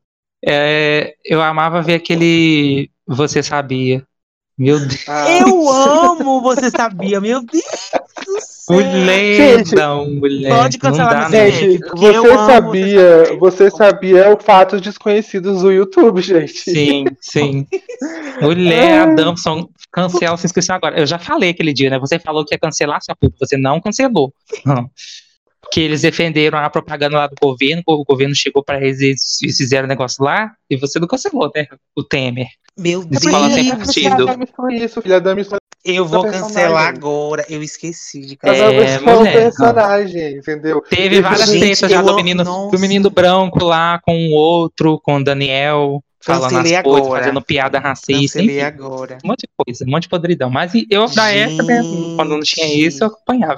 é, eu amava ver aquele Você Sabia. Meu ah. Eu amo, você sabia, meu Deus do céu. Mulher, Gente, não, mulher, Pode não cancelar meu dá não. gente, C P F, porque eu você amo, você sabia. sabia, você sabia o fatos desconhecidos do YouTube, gente. Sim, sim. Mulher, a Ai, Damson cancela sua inscrição agora. Eu já falei aquele dia, né? Você falou que ia cancelar sua puta, você não cancelou. Não. Que eles defenderam a propaganda lá do governo, o governo chegou para eles e fizeram o negócio lá, e você não cancelou, né? O Temer. Meu é porque, Escola sem é porque a partido. Deus. Dami foi isso, filha. A Dami foi Eu o vou cancelar personagem. agora. Eu esqueci de A Dami cancelar. É, foi o mulher. Não. personagem, entendeu? Teve E várias Gente, tretas já eu do amo. menino, do menino Nossa, branco lá com o outro, com o Daniel, falando as cancelei coisas, agora. fazendo piada racista, Cancelei enfim. agora. Um monte de coisa, um monte de podridão. Mas eu, da época, né, quando não tinha isso, eu Gente. acompanhava.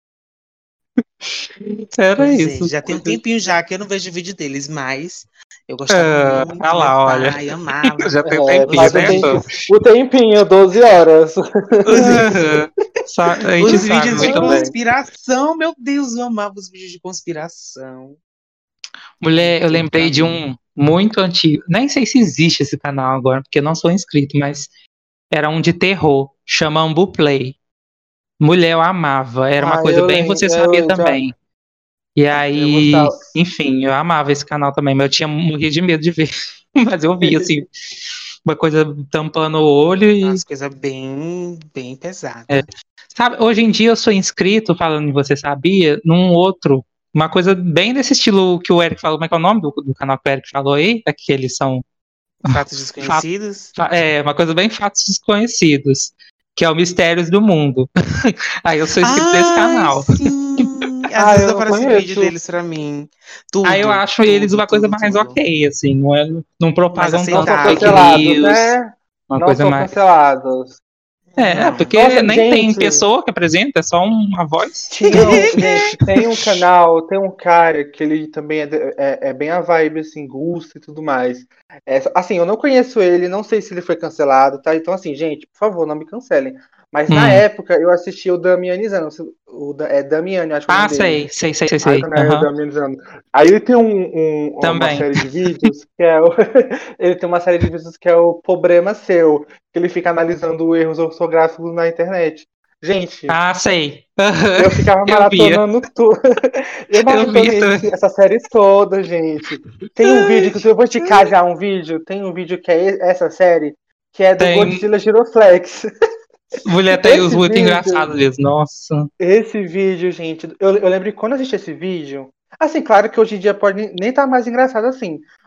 Era Pois é, isso. já tem um tempinho já que eu não vejo vídeo deles, mas eu gostava Ah, muito, ah meu lá, olha. pai amava. Já tem um é, tempinho, faz o, né? tempo, Pô? o tempinho, doze horas. Os, Sa- A gente os sabe vídeos de muito bem. conspiração, meu Deus, eu amava os vídeos de conspiração. Era Mulher, eu tudo pra lembrei de mim. um muito antigo. Nem sei se existe esse canal agora, porque eu não sou inscrito, mas era um de terror. Chama Ambuplay. Mulher, eu amava. Era uma Ah, coisa eu bem você lembro, sabia eu já, também. E eu aí, gostava. enfim, eu amava esse canal também, mas eu tinha morrido de medo de ver. Mas eu via, assim, uma coisa tampando o olho e. Umas coisas bem, bem é. pesadas. Sabe, hoje em dia eu sou inscrito, falando em Você Sabia, num outro. Uma coisa bem desse estilo que o Eric falou. Como é que é o nome do, do canal que o Eric falou aí? É que eles são. Fatos fa- desconhecidos? fa- É, uma coisa bem fatos desconhecidos. Que é o Mistérios do Mundo. Aí eu sou inscrito nesse Ai, canal. sim! Às Ah, vezes eu não aparece vídeo conheço. deles pra mim. Aí eu Tudo, acho eles tudo, uma coisa tudo, mais tudo. ok, assim, não, é, não Mais propagam Não tanto são fake aceitável. cancelados, news, né? uma Não coisa são mais. cancelados. É, é, Não. porque Nossa, nem tem gente, pessoa que apresenta, é só uma voz. tinha um, gente, tem um canal, tem um cara que ele também é, de- é, é bem a vibe, assim, gosto e tudo mais. É, assim, eu não conheço ele, não sei se ele foi cancelado, tá? Então, assim, gente, por favor, não me cancelem. Mas na Hum. época eu assisti o Damianizando, o, Da- é Damiani, acho que é o Ah, nome dele. sei, sei, sei, sei, Aí o sei. canal é o Aham. Damianizando. Aí ele tem um, um- uma Também. série de vídeos que é o, ele tem uma série de vídeos que é o Problema Seu, que ele fica analisando erros ortográficos na internet. Gente, Ah, sei. Aham. eu ficava Eu via, maratonando tudo. Eu eu via maratonei também. esse- essa série toda, gente. Tem um vídeo que eu vou indicar já um vídeo. Tem um vídeo que é e- essa série, que é do Tem. Godzilla Giroflex. Mulher tem os Esse muito vídeo, engraçados mesmo. Nossa. esse vídeo, gente. Eu, eu lembro que quando eu assisti esse vídeo. Assim, claro que hoje em dia pode nem estar mais engraçado assim.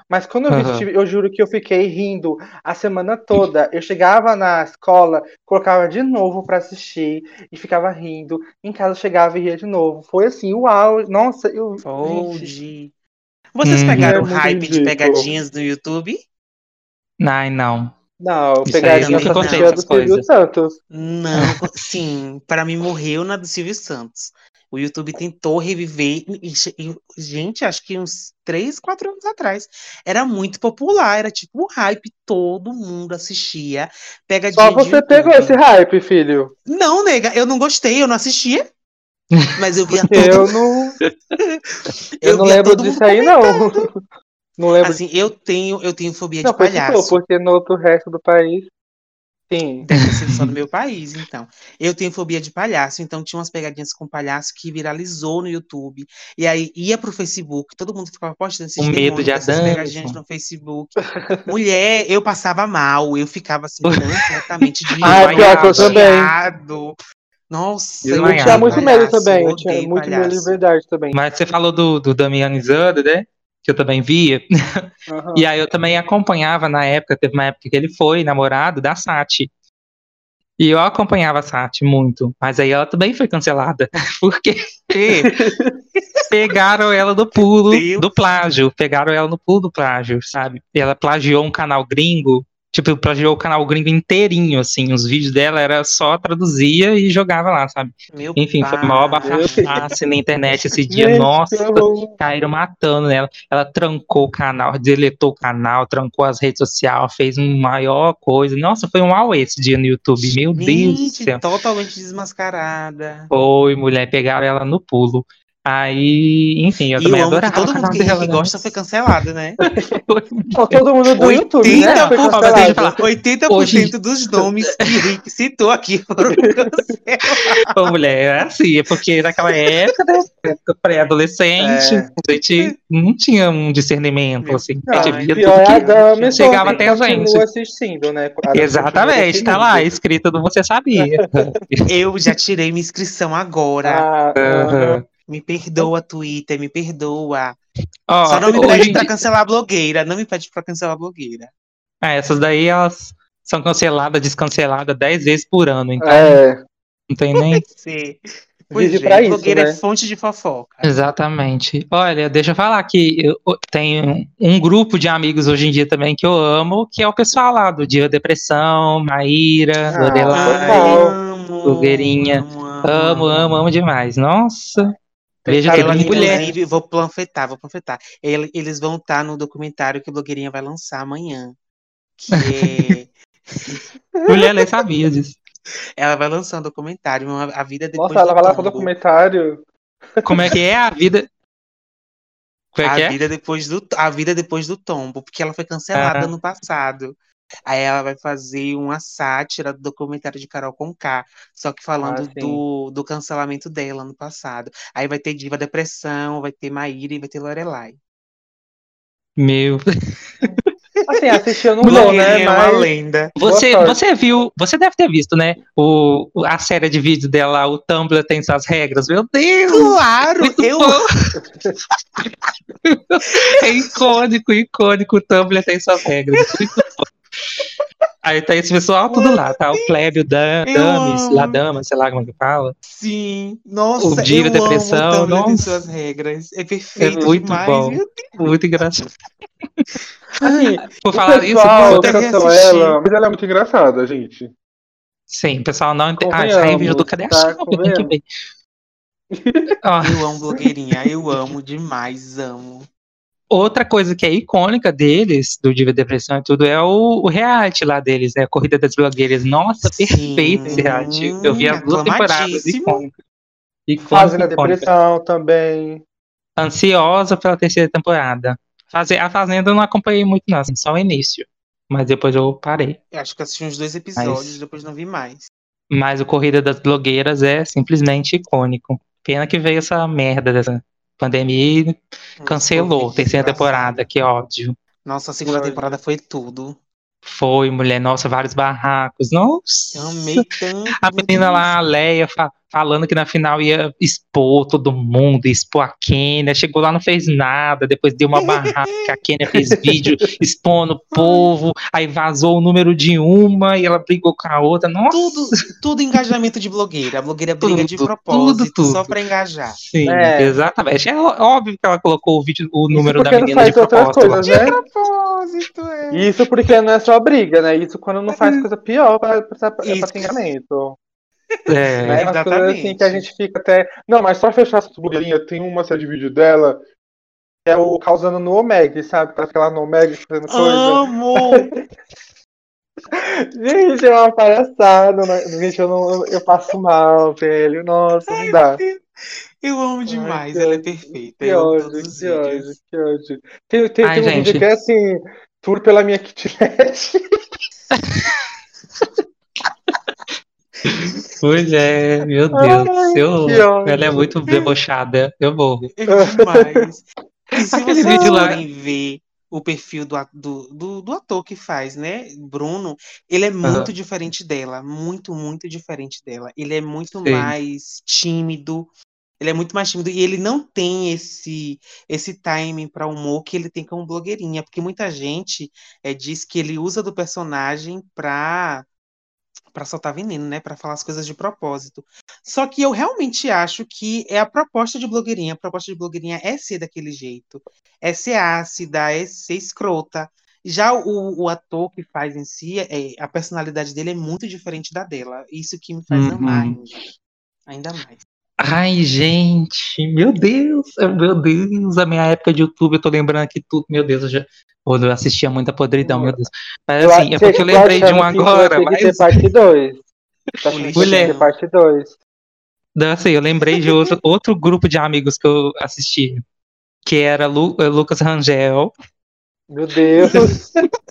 Mas quando eu vi, Aham. eu juro que eu fiquei rindo a semana toda. Eu chegava na escola, colocava de novo pra assistir e ficava rindo. Em casa eu chegava e ria de novo. Foi assim, uau, nossa, eu, gente, Fold. Vocês Uhum. é pegaram o muito hype de ridículo. pegadinhas no YouTube? Ai, não. Não, Isso aí eu pegadinha eu Também nunca só gostei assistia a não. do dessas Silvio coisas. Santos. Não, co- sim, para mim morreu na do Silvio Santos. O YouTube tentou reviver, e, e- e, gente, acho que uns três, quatro anos atrás. Era muito popular, era tipo um hype, todo mundo assistia. Só Pegadinha de você pegou esse YouTube. hype, filho. Não, nega, eu não gostei, eu não assistia, mas eu via Porque todo, eu não, eu eu não via lembro todo mundo disso aí, não. comentando. Não lembro. Assim, eu tenho, eu tenho fobia de Não, foi ficou, palhaço. porque no outro resto do país, sim. Deve ter sido só no meu país, então. Eu tenho fobia de palhaço, então tinha umas pegadinhas com palhaço que viralizou no YouTube. E aí ia pro Facebook, todo mundo ficava postando O esses medo de demônios dessas pegadinhas Adamson. no Facebook. Mulher, eu passava mal, eu ficava assim completamente Ah, pior que eu Desmaiava. também. desnorteado. Nossa, eu Eu tinha odeio Desmaiava. muito medo palhaço, eu também. Eu tinha odeio muito medo de palhaço. verdade também. Mas você falou do, do Damiano Izanda, né? Que eu também via. E Aham. aí eu também acompanhava na época, teve uma época que ele foi namorado da Sati. E eu acompanhava a Sati muito. Mas aí ela também foi cancelada. Porque pegaram ela no pulo Deus. do plágio. Pegaram ela no pulo do plágio, sabe? E ela plagiou um canal gringo. Tipo, plagiou o canal gringo inteirinho, assim. Os vídeos dela era só traduzia e jogava lá, sabe? Meu Enfim, foi maior pai. bafafá na internet esse dia. Gente, que Nossa, horror. caíram matando nela. Ela trancou o canal, deletou o canal, trancou as redes sociais, fez uma maior coisa. Nossa, foi um auê esse dia no YouTube. Meu Deus do Gente, céu. totalmente desmascarada. Foi, mulher, pegaram ela no pulo. Aí, enfim, eu E eu também amo que adorava o todo mundo canal que dela, Rick né? gosta foi cancelado, né? Ó, todo mundo do YouTube, né? oitenta Foi Ó, mas deixa eu cancelado. falar. oitenta por cento dos nomes que Rick citou aqui foram cancelados. Ô, mulher, é assim, é porque naquela época, né? Época pré-adolescente, É. a gente não tinha um discernimento, Meu assim. A gente Não, pai via do pior tudo é a que céu, Dami, só chegava que até a gente. continua assistindo, né? A Dami continua Exatamente, tá lá, assistindo. escrito no Você Sabia. eu já tirei minha inscrição agora. Ah, aham. Aham. Me perdoa, Twitter, me perdoa. Ó, Só não me hoje pede em pra dia. cancelar a blogueira. Não me pede pra cancelar a blogueira. Ah, essas daí, elas são canceladas, descanceladas dez vezes por ano, então É, não tem nem. Sim. vive Pois pra é, isso, blogueira é né? fonte de fofoca. Exatamente. Olha, deixa eu falar que eu eu tenho um grupo de amigos hoje em dia também que eu amo, que é o pessoal lá do Dia Depressão, Maíra, Ah, Ai, Lorelai, total. amo, Blogueirinha. amo, amo, Amo, amo. amo, amo demais. Nossa, Tem vejo cada tudo. Ela, menina. Mulher, inclusive, vou panfletar, vou panfletar. Ele- Eles vão estar no documentário que a blogueirinha vai lançar amanhã. Que mulher, nem sabia disso. é. Ela vai lançar um documentário, uma- A Vida Nossa, Depois do ela vai lá pro Tombo. documentário. Como é que é a vida? Como é A que é? vida depois do, a vida depois do tombo, porque ela foi cancelada Ah, no passado. Aí ela vai fazer uma sátira do documentário de Carol Conká, só que Ah, falando sim. do, do cancelamento dela no passado. Aí vai ter Diva Depressão, vai ter Maíra e vai ter Lorelai. meu. Assim, assistir eu não Mulher, vou, né? Blogueirinha é uma Mas lenda. boa Você, sorte. você viu, você deve ter visto, né? O, o- a série de vídeo dela, o Tumblr tem suas regras. Meu Deus! Claro, Muito eu bom! É icônico, icônico. O Tumblr tem suas regras. Muito bom. Aí tá esse pessoal tudo lá, tá? O Plébio, Dan, eu Dames, amo. Ladama, sei lá como é que fala. Sim, O nossa, Diva eu amo o Depressão, Tumblr tem nossa, suas regras. É é perfeito muito demais, bom. meu Muito engraçado. Assim, Por o falar isso, pessoal Vou outra. até cancela reassistir. ela, mas ela é muito engraçada, gente. Sim, o pessoal não entende. Ah, essa review do Convenhamos, Cadê a tá? Chave? Tem que Convenhamos. ver. Ó, Eu amo blogueirinha, eu amo demais, amo. outra coisa que é icônica deles, do Diva Depressão e tudo, é o, o reality lá deles, né? A Corrida das Blogueiras. Nossa, perfeito esse reality. Eu vi Sim, as duas temporadas, aclamadíssimo. icônico. Icônico, Fazenda icônico. Depressão também. Ansiosa pela terceira temporada. Faze- A Fazenda eu não acompanhei muito, não, assim, só o início. Mas depois eu parei. Eu acho que assisti uns dois episódios, Mas, depois não vi mais. mas o Corrida das Blogueiras é simplesmente icônico. Pena que veio essa merda dessa pandemia e Esse cancelou. Covid Terceira temporada, desgraçado. que ódio. Nossa, a segunda Foi. temporada foi tudo. Foi, mulher, nossa, vários barracos. Eu Nossa! amei tanto, A meu menina Deus. lá, a Leia, fa- falando que na final ia expor todo mundo, expor a Kênia. Chegou lá, não fez nada. Depois deu uma barraca, que a Kênia fez vídeo expondo o povo. Aí vazou o número de uma e ela brigou com a outra. Nossa! Tudo, tudo engajamento de blogueira. A blogueira briga Tudo, de propósito, tudo, tudo. só pra engajar. Sim, É. exatamente. É ó- óbvio que ela colocou o, vídeo, o Isso número da porque não menina de faz outras propósito. coisas, De né? propósito, é. Isso porque não é só briga, né? Isso quando não faz coisa pior pra, pra, pra, Isso. pra xingamento. É. Né? Umas coisas assim que a Exatamente. gente fica até. Não, mas só fechar essa blogueirinha, tem uma série de vídeo dela que é o causando no Omeg, sabe? Pra ficar lá no Omeg fazendo coisa. Amo! Gente, é uma palhaçada. Né? Gente, eu, não, eu passo mal, velho. Nossa, não dá. Eu amo Ai, demais, que ela é ódio, perfeita. que Eu amo ódio, todos os que ódio, vídeos. que ódio. Tem, tem, Ai, tem um vídeo gente. que é assim, tour pela minha kitnet. Pois é, meu Deus. Ai, Eu, que ódio. ela é muito debochada. Eu morro. É demais. E se Aquele vocês vídeo lá. forem ver o perfil do, a- do, do, do ator que faz, né? Bruno, ele é muito Aham, diferente dela. Muito, muito diferente dela. Ele é muito sei. mais tímido. Ele é muito mais tímido e ele não tem esse esse timing para humor que ele tem como blogueirinha, porque muita gente é, diz que ele usa do personagem para para soltar veneno, né? Para falar as coisas de propósito. Só que eu realmente acho que é a proposta de blogueirinha. A proposta de blogueirinha é ser daquele jeito, é ser ácida, é ser escrota. Já o, o ator que faz em si, é, a personalidade dele é muito diferente da dela. Isso que me faz amar Uhum. ainda, ainda mais. Ai, gente, meu Deus, meu Deus, a minha época de YouTube, eu tô lembrando aqui tudo, meu Deus, eu já pô, eu assistia muita podridão, meu Deus. Mas Eu, a- assim, é cê- porque eu tô lembrei de um achando que isso vai agora, ter que ter mas, parte dois. Tô O achando que vai ter que ter lixão. parte dois. não, assim, eu lembrei de outro, outro grupo de amigos que eu assisti, que era Lu- eh, Lucas Rangel, Meu Deus.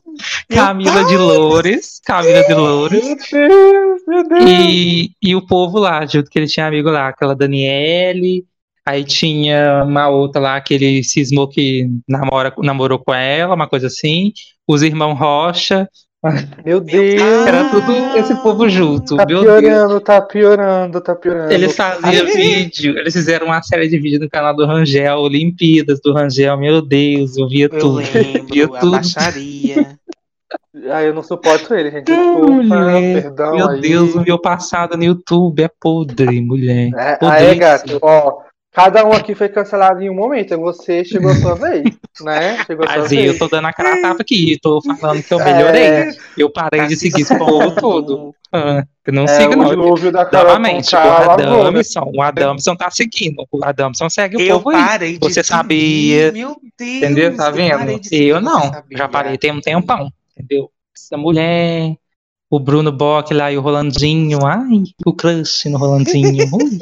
Meu Camila de pai! Loures, Camila de Loures, Meu Deus, meu Deus. e, e o povo lá, junto que ele tinha amigo lá, aquela Daniele, aí tinha uma outra lá que ele cismou que namora, namorou com ela, uma coisa assim, os irmãos Rocha, Meu Meu era Deus. tudo esse povo junto, Tá meu Deus. piorando, tá piorando, tá piorando. Eles faziam vídeo, eles fizeram uma série de vídeos no canal do Rangel, Olimpíadas do Rangel, meu Deus, eu via Eu tudo, via lembro, a tudo. baixaria. Ah, eu não suporto ele, gente. Ah, Desculpa, mulher, perdão meu Deus, aí. o meu passado no YouTube é podre, mulher, É, aí, podríssimo. gato, ó, cada um aqui foi cancelado em um momento. Você chegou a sua vez, né? Chegou a sua Mas eu tô vez. dando a cara a tapa aqui, tô falando que eu melhorei. É, Eu parei Tá de se seguir esse povo todo. expondo. Ah, eu não é, sigo, o não. dilúvio da Carol Novamente, o Conká lavou, né? Adamson, o Adamson tá seguindo. O Adamson segue o Eu povo aí. parei de Você seguir. sabia, Meu entendeu? Deus, Tá eu parei vendo? de seguir. Eu Você não. Já parei sabia? tem um tempão, entendeu? Essa mulher, o Bruno Bock lá e o Rolandinho. Ai, o crush no Rolandinho. Ui.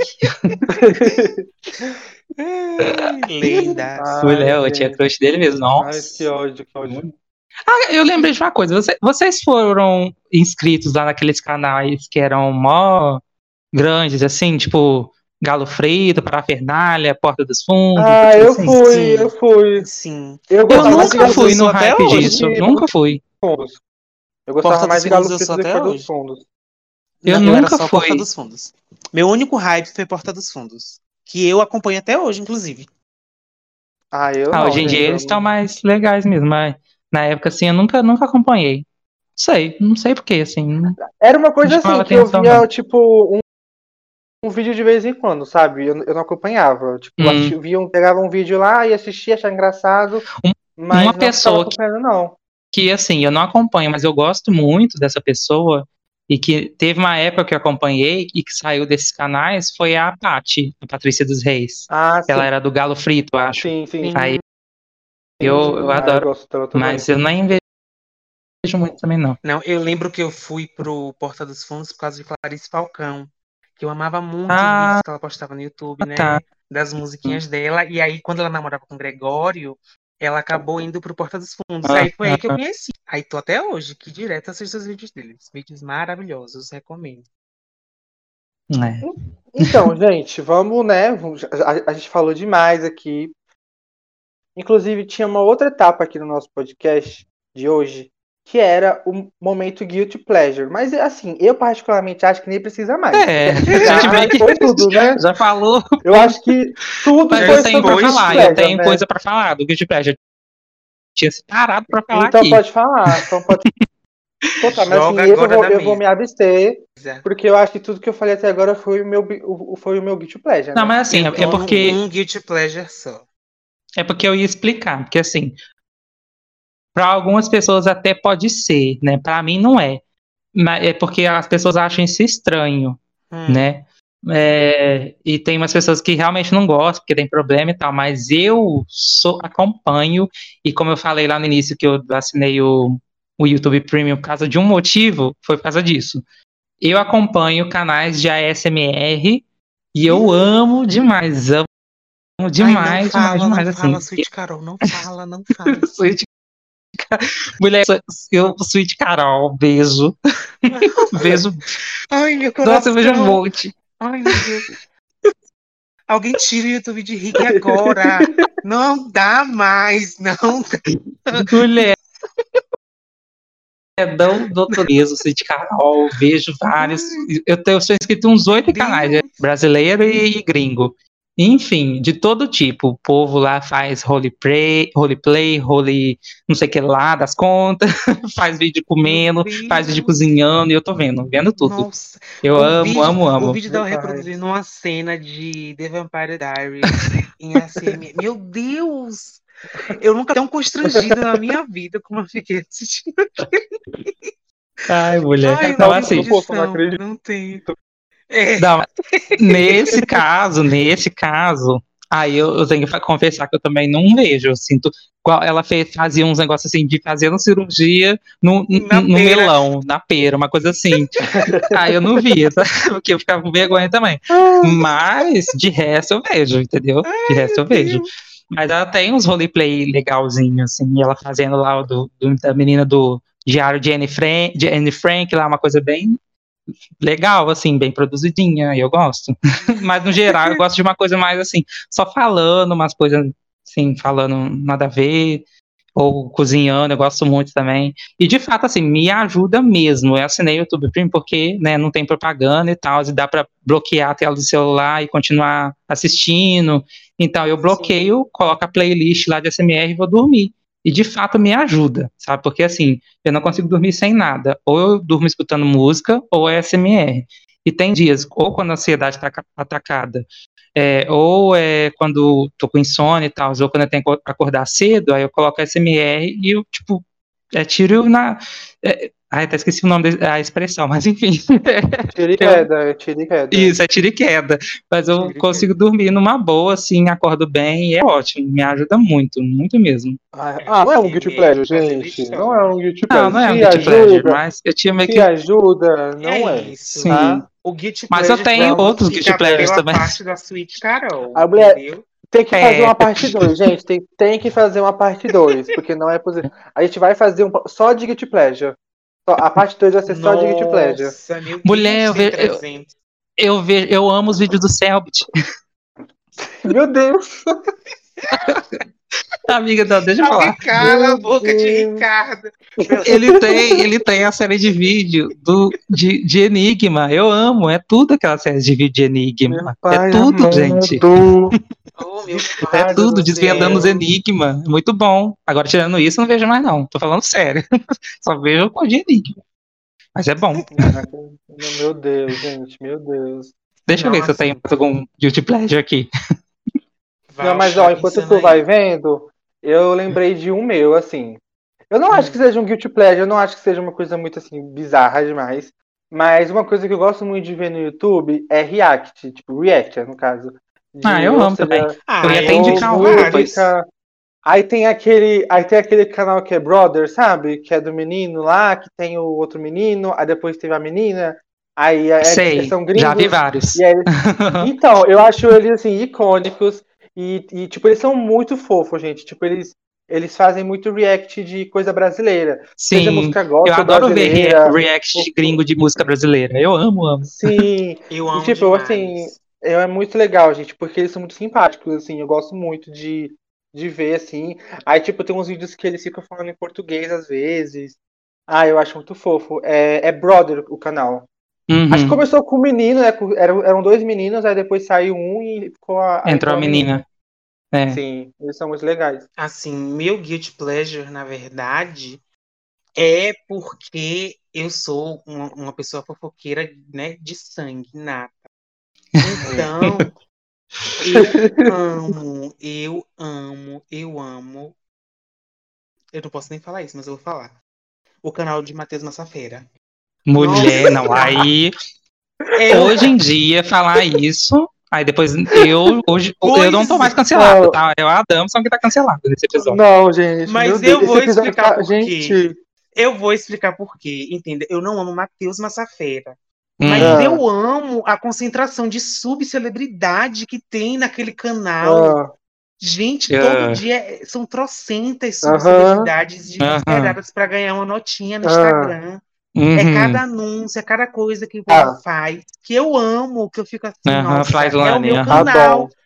Ai, lendas. Ai, Mulher, eu tinha gente. crush dele mesmo. Ai, que Nossa. ódio, que ódio. Ah, eu lembrei de uma coisa. Você- vocês foram inscritos lá naqueles canais que eram mó grandes, assim, tipo Galo Frito, Parafernália, Porta dos Fundos, Ah, coisa eu assim? fui, eu Sim, fui. sim. Eu Eu gostava Porta mais dos de nunca Galo Fundos eu fui Frito no sou até hype do hoje. disso. que Porta Nunca fui. dos Fundos. Eu gostava Porta mais dos de Galo Fundos eu Frito sou do que até Porta dos hoje. Fundos. Eu Não, eu era nunca só Porta fui. dos Fundos. Meu único hype foi Porta dos Fundos. Que eu acompanho até hoje, inclusive. Ah, eu Ah, não, hoje em gente. dia Eu eles estão não- mais legais mesmo, mas na época, assim, eu nunca, nunca acompanhei. Não sei, não sei porquê, assim, não Era uma me coisa chamava assim, que eu atenção, não. via, tipo, um, um vídeo de vez em quando, sabe? Eu, eu não acompanhava. Tipo, Hum, assisti, via um, pegava um vídeo lá e assistia, achava engraçado, um- uma mas não ficava pessoa que, acompanhando, não. que, assim, eu não acompanho, mas eu gosto muito dessa pessoa e que teve uma época que eu acompanhei e que saiu desses canais foi a Paty, a Patrícia dos Reis. Ah, Ela sim, era do Galo Frito, eu acho. sim, sim, Aí Sim. eu, eu Ah, eu adoro, gosto dela também. mas eu nem vejo muito também, não. Não, eu lembro que eu fui pro Porta dos Fundos por causa de Clarice Falcão. Que eu amava muito os Ah, vídeos que ela postava no YouTube, tá. né? Das musiquinhas dela. E aí, quando ela namorava com o Gregório, ela acabou indo pro Porta dos Fundos. Ah, Aí foi aí que eu conheci. Aí tô até hoje, que direto assisto os vídeos deles. Vídeos maravilhosos, recomendo. é. Então, gente, vamos, né? vamos- A, a gente falou demais aqui. Inclusive, tinha uma outra etapa aqui no nosso podcast de hoje, que era o momento Guilty Pleasure. Mas, assim, eu particularmente acho que nem precisa mais. É, a Já gente meio que foi tudo, né? já falou. Eu acho que tudo Mas foi eu tenho sobre pra o Guilty falar, eu Pleasure, tenho né? coisa pra falar do Guilty Pleasure. Tinha separado pra falar Então aqui. pode falar, então pode contar. Mas assim, Joga esse eu agora vou, na eu vou me mesa. abster, porque eu acho que tudo que eu falei até agora foi o meu, bi- o- foi o meu Guilty Pleasure, Não, né? mas assim, Eu é, é tenho porque um guilty pleasure só. é porque eu ia explicar, porque assim, para algumas pessoas até pode ser, né? Para mim não é. Mas é porque as pessoas acham isso estranho, Hum. né? É, e tem umas pessoas que realmente não gostam, porque tem problema e tal, mas eu sou, acompanho, e como eu falei lá no início que eu assinei o, o YouTube Premium por causa de um motivo, foi por causa disso. Eu acompanho canais de A S M R e eu amo demais, amo Ai, não demais, demais, fala, não demais, fala, assim. Sweet Carol, não fala, não fala. Sweet, mulher, eu, Sweet Carol, beijo. Beijo. Ai, meu Nossa, eu vejo um coração. monte. Ai, meu Deus. Alguém tira o YouTube de Rick agora. Não dá mais, não dá. Mulher, não, não tô mesmo, Sweet Carol, vejo vários. Eu, tenho, eu sou inscrito em uns oito canais, né? Deus. Brasileiro e, e gringo. Enfim, de todo tipo. O povo lá faz roleplay, roleplay, role não sei o que lá das contas, faz vídeo comendo, Meu faz vídeo Deus. cozinhando, e eu tô vendo, vendo tudo. Nossa. Eu O amo, vídeo, amo, o amo. vídeo dela Meu pai. reproduzindo uma cena de The Vampire Diaries em A S M R. Meu Deus! Eu nunca tão constrangida na minha vida como eu fiquei assistindo. Ai, mulher. Ai, eu Então, não tenho Não, assim, pô, eu não condição. acredito. Não tenho. É. não, nesse caso, nesse caso, aí eu, eu tenho que fa- confessar que eu também não vejo. Eu sinto qual ela fez, fazia uns negócios assim de fazendo cirurgia no, Na no, no pera. melão, na pera, uma coisa assim. Aí eu não via, tá? Porque eu ficava com vergonha também. Mas de resto eu vejo, entendeu? De Ai, resto meu eu vejo. Deus. Mas ela tem uns roleplay legalzinhos, assim, e ela fazendo lá o do, do- da menina do Diário de Anne Frank, de Anne Frank, lá uma coisa bem legal, assim, bem produzidinha, e eu gosto. Mas no geral eu gosto de uma coisa mais assim, só falando umas coisas assim, falando nada a ver, ou cozinhando, eu gosto muito também. E de fato, assim, me ajuda mesmo. Eu assinei o YouTube Premium porque, né, não tem propaganda e tal, e dá para bloquear a tela do celular e continuar assistindo. Então eu bloqueio, coloco a playlist lá de A S M R e vou dormir. E de fato me ajuda, sabe? Porque assim, eu não consigo dormir sem nada. Ou eu durmo escutando música ou é A S M R. E tem dias, ou quando a ansiedade está atacada, é, ou é quando tô com insônia e tal, ou quando eu tenho que acordar cedo, aí eu coloco A S M R e eu, tipo, é, tiro na. É, ai, até esqueci o nome da expressão, mas enfim. Tira e eu, queda, tira e queda. isso, é tiro e queda. Mas eu Tira e consigo queda. dormir numa boa, assim, acordo bem e é ótimo, me ajuda muito, muito mesmo. Ah, ah, não é um guilty A S M R pleasure, fazendo gente. Não é história. um guilty Não, pleasure. não é um Se guilty pleasure, ajuda, mas eu tinha meio se que. ajuda, É não é, isso. Sim. tá? O Guilty Mas eu Pleasure tenho quando outros guilty fica pleasures pela também. parte da Sweet Carol, A mulher entendeu? tem que fazer É, uma parte dois, gente. Tem, tem que fazer uma parte dois, porque não é possível. A gente vai fazer um, só de guilty pleasure. Só- A parte dois vai ser só de guilty pleasure. Nossa, meu mulher, Deus, eu, tem ve- eu, trezentos. eu, ve- eu amo os vídeos do Selbit. Meu Deus! Amiga, não, deixa eu Alguém falar. cala a Meu boca de Deus! Ricardo. Ele tem, ele tem a série de vídeo do, de, de Enigma. Eu amo, é tudo aquela série de vídeo de Meu Enigma. É pai tudo, gente. amado! Oh, meu É pai do tudo, Ricardo do desvendando os céu! céu. Enigma. Muito bom. Agora, tirando isso, não vejo mais, não. Tô falando sério. Só vejo o de Enigma. Mas é bom. Caraca, meu Deus, gente, meu Deus. Deixa eu Não, ver se eu tenho assim, mais algum guilty pleasure aqui. Não, vai, mas vai ó, enquanto pensando tu vai aí. vendo, eu lembrei de um meu, assim. Eu não acho que Hum. seja um guilty pleasure, eu não acho que seja uma coisa muito assim bizarra demais. Mas uma coisa que eu gosto muito de ver no YouTube é react, tipo react, no caso. Ah, De, eu ou amo também. seja, Eu ia Ah, até eu vejo indicar um ou aqui depois. vários. música. Aí tem aquele, aí tem aquele canal que é Brother, sabe? Que é do menino lá, que tem o outro menino, aí depois teve a menina. Aí é- é- Sei, são já vi gringos. vários. E aí, então, eu acho eles assim icônicos e, e, tipo eles são muito fofos, gente. Tipo eles eles fazem muito react de coisa brasileira, seja Sim, música eu gospel adoro ver rea- brasileira. react ou- de gringo de música brasileira. Eu amo, amo. Sim. Eu E amo tipo, assim, demais. é é muito legal, gente, porque eles são muito simpáticos, assim, eu gosto muito de, de ver, assim. Aí, tipo, tem uns vídeos que eles ficam falando em português às vezes. Ah, eu acho muito fofo. É, é Brother o canal. Uhum. Acho que começou com o menino, né? com- Eram, eram dois meninos, aí depois saiu um e ficou a, aí Entrou a menina. É. Sim, eles são muito legais. Assim, meu guilty pleasure, na verdade, é porque eu sou uma, uma pessoa fofoqueira, né, de sangue nata. Então, eu amo, eu amo, eu amo. Eu não posso nem falar isso, mas eu vou falar. O canal de Matheus Massafera. Mulher, não. Nossa, Aí, eu, hoje em dia, falar isso. Aí depois eu, hoje, eu não tô mais pois, cancelado, Não, tá? É o Adamson que tá cancelado nesse episódio. não, gente, meu mas Deus. eu Esse vou episódio explicar tá. por quê. Gente. Eu vou explicar por quê, entenda? Eu não amo Matheus Massafera. Mas Hum. Ah, eu amo a concentração de subcelebridade que tem naquele canal. ah, Gente, todo Ah, dia é- são trocentas Aham, subcelebridades aham. desesperadas para ganhar uma notinha no ah, Instagram. É Uhum. cada anúncio, é cada coisa que o povo ah, faz, que eu amo, que eu fico assim, Aham, nossa, é o Flyslane, meu aham. canal. adoro.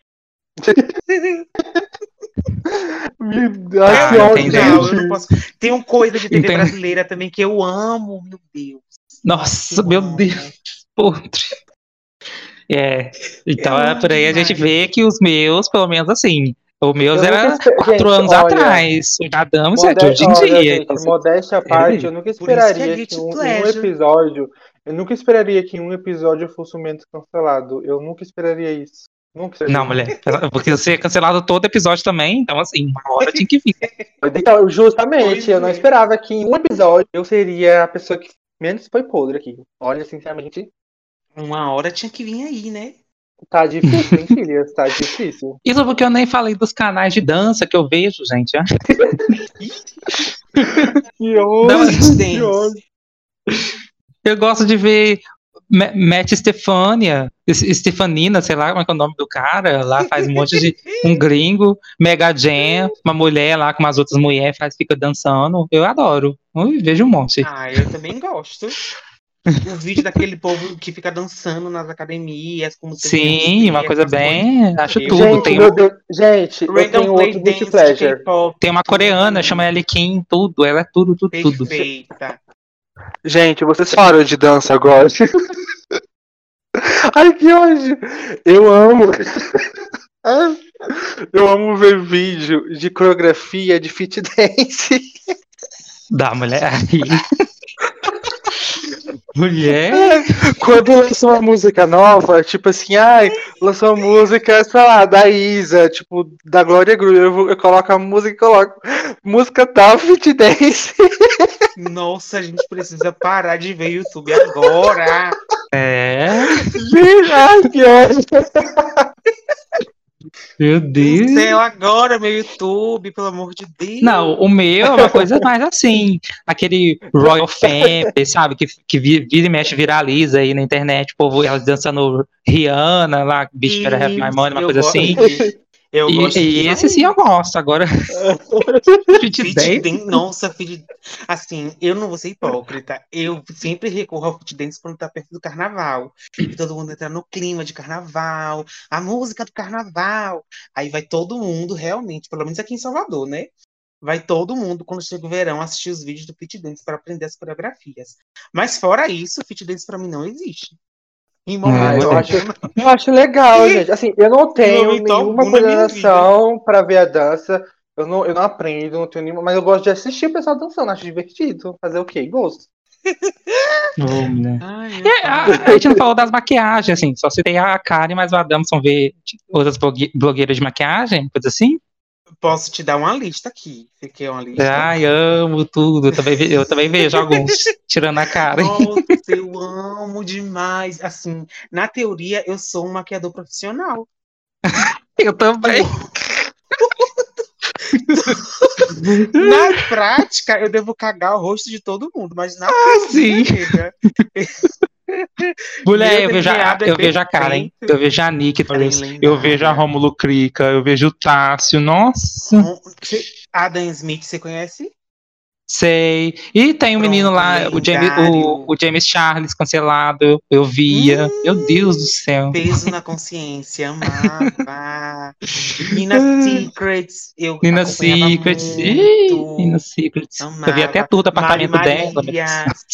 Meu Deus, ai, É o que Ah, meu ódio, entendendo. canal, eu não gente. posso. Tem uma coisa de T V Entendo. brasileira também que eu amo, meu Deus. Nossa, Nossa, eu meu amo. Deus. Podre. É. Então Eu é amo por aí a gente demais. vê que os meus, pelo menos assim, o meus Eu nunca era esperei. quatro Gente, anos olha, atrás. O da Adams é de mode... hoje em olha, dia. Então, gente, assim, modéstia à é parte, eu ele. nunca Por isso que é esperaria que guilty um, em um pleasure. episódio. Eu nunca esperaria que em um episódio fosse o menos cancelado. Eu nunca esperaria isso. Nunca Não, esperaria. mulher. Porque você é cancelado todo episódio também. Então, assim, uma hora tinha que vir. Então, justamente, eu Pois não é. esperava que em um episódio eu seria a pessoa que menos foi podre aqui. Olha, sinceramente, Uma hora tinha que vir aí, né? tá difícil, hein, filha? Tá difícil. Isso porque eu nem falei dos canais de dança que eu vejo, gente. ah. Que Não, ódio, Fit que ódio. Dance. eu gosto de ver Ma- Matt Stefania, Es- Stefanina, sei lá como é que é o nome do cara. Lá faz um monte de. Um gringo, Mega Jam, uma mulher lá com umas outras mulheres, faz, fica dançando. Eu adoro. Eu vejo um monte. Ah, eu também gosto. O vídeo daquele povo que fica dançando nas academias, com música de Sim, uma M P B, coisa essas coisas. bem. Acho Eu tudo. Gente, Tem meu uma, Deus. Gente, eu Random tenho Play outro guilty Dance de pleasure. K-pop. tem uma tudo coreana, também. chama ela Kim, tudo. Ela é tudo, tudo, tudo. Perfeita. Gente, vocês falaram de dança agora. Ai, que ódio. Eu amo. Ai, eu amo ver vídeo de coreografia de fit dance. Da mulher aí. Mulher. Quando lança uma música nova, tipo assim, ai, lançou uma música, sei lá, da Isa, tipo, da Glória Groove, eu, vou- eu coloco a música e coloco música tal, fit dance. Nossa, a gente precisa parar de ver YouTube agora. É. Gente, ai, que ódio. Meu Deus. Cancela agora meu YouTube, pelo amor de Deus. Não, o meu é uma coisa mais assim, aquele Royal Family, sabe, que, que vi- vira e mexe, viraliza aí na internet, o povo, elas dançando Rihanna lá, Bitch Better Have My Isso, Money, uma eu coisa gosto assim. de- Eu E, gosto e disso esse aí. sim eu gosto. Agora, Fit Fit Dance, Dance, nossa, Fit assim, eu não vou ser hipócrita. Eu sempre recorro ao Fit Dance quando tá perto do carnaval. E todo mundo entra no clima de carnaval, a música do carnaval. Aí vai todo mundo, realmente, pelo menos aqui em Salvador, né? Vai todo mundo, quando chega o verão, assistir os vídeos do Fit Dance para aprender as coreografias. Mas fora isso, Fit Dance pra mim não existe. Em É, Ah, momento eu mulher. acho, algum. eu acho legal, gente. Assim, eu não tenho momento nenhuma algum na minha vida. coordenação pra ver a dança. Eu não, eu não aprendo, não tenho nenhuma, mas eu gosto de assistir o pessoal dançando, acho divertido. Fazer o quê? Gosto. Ô, mulher. Ai, E a, a gente não falou das maquiagens, assim, só citei a Karen, mas o Adamson vê tipo, outras blogue- blogueiras de maquiagem, coisa assim. posso te dar uma lista aqui. Você quer uma lista? Ai, amo tudo. Eu também, ve- eu também vejo alguns, tirando a Karen. Nossa, eu amo demais. Assim, na teoria, eu sou um maquiador profissional. Eu também. Na prática, eu devo cagar o rosto de todo mundo, mas na sim. teoria, Mulher, Meu eu vejo, a, delineado é eu vejo a Karen, perfeito. eu vejo a Nick Torres, Karen eu vejo a lendária. Rômulo Crica, eu vejo o Tássio, nossa. Cê- Adam Smith, você conhece? Sei. E tem um menino Pronto, lá, o James, o, lendário. o James Charles cancelado. Eu via. Meu Deus do Hum, céu. peso na consciência, amava. Nina Secrets, eu Nina acompanhava Secrets. Ih, Nina muito, Secrets. Eu vi até amava. tudo, Mari apartamento dela. Meu Maria. Deus.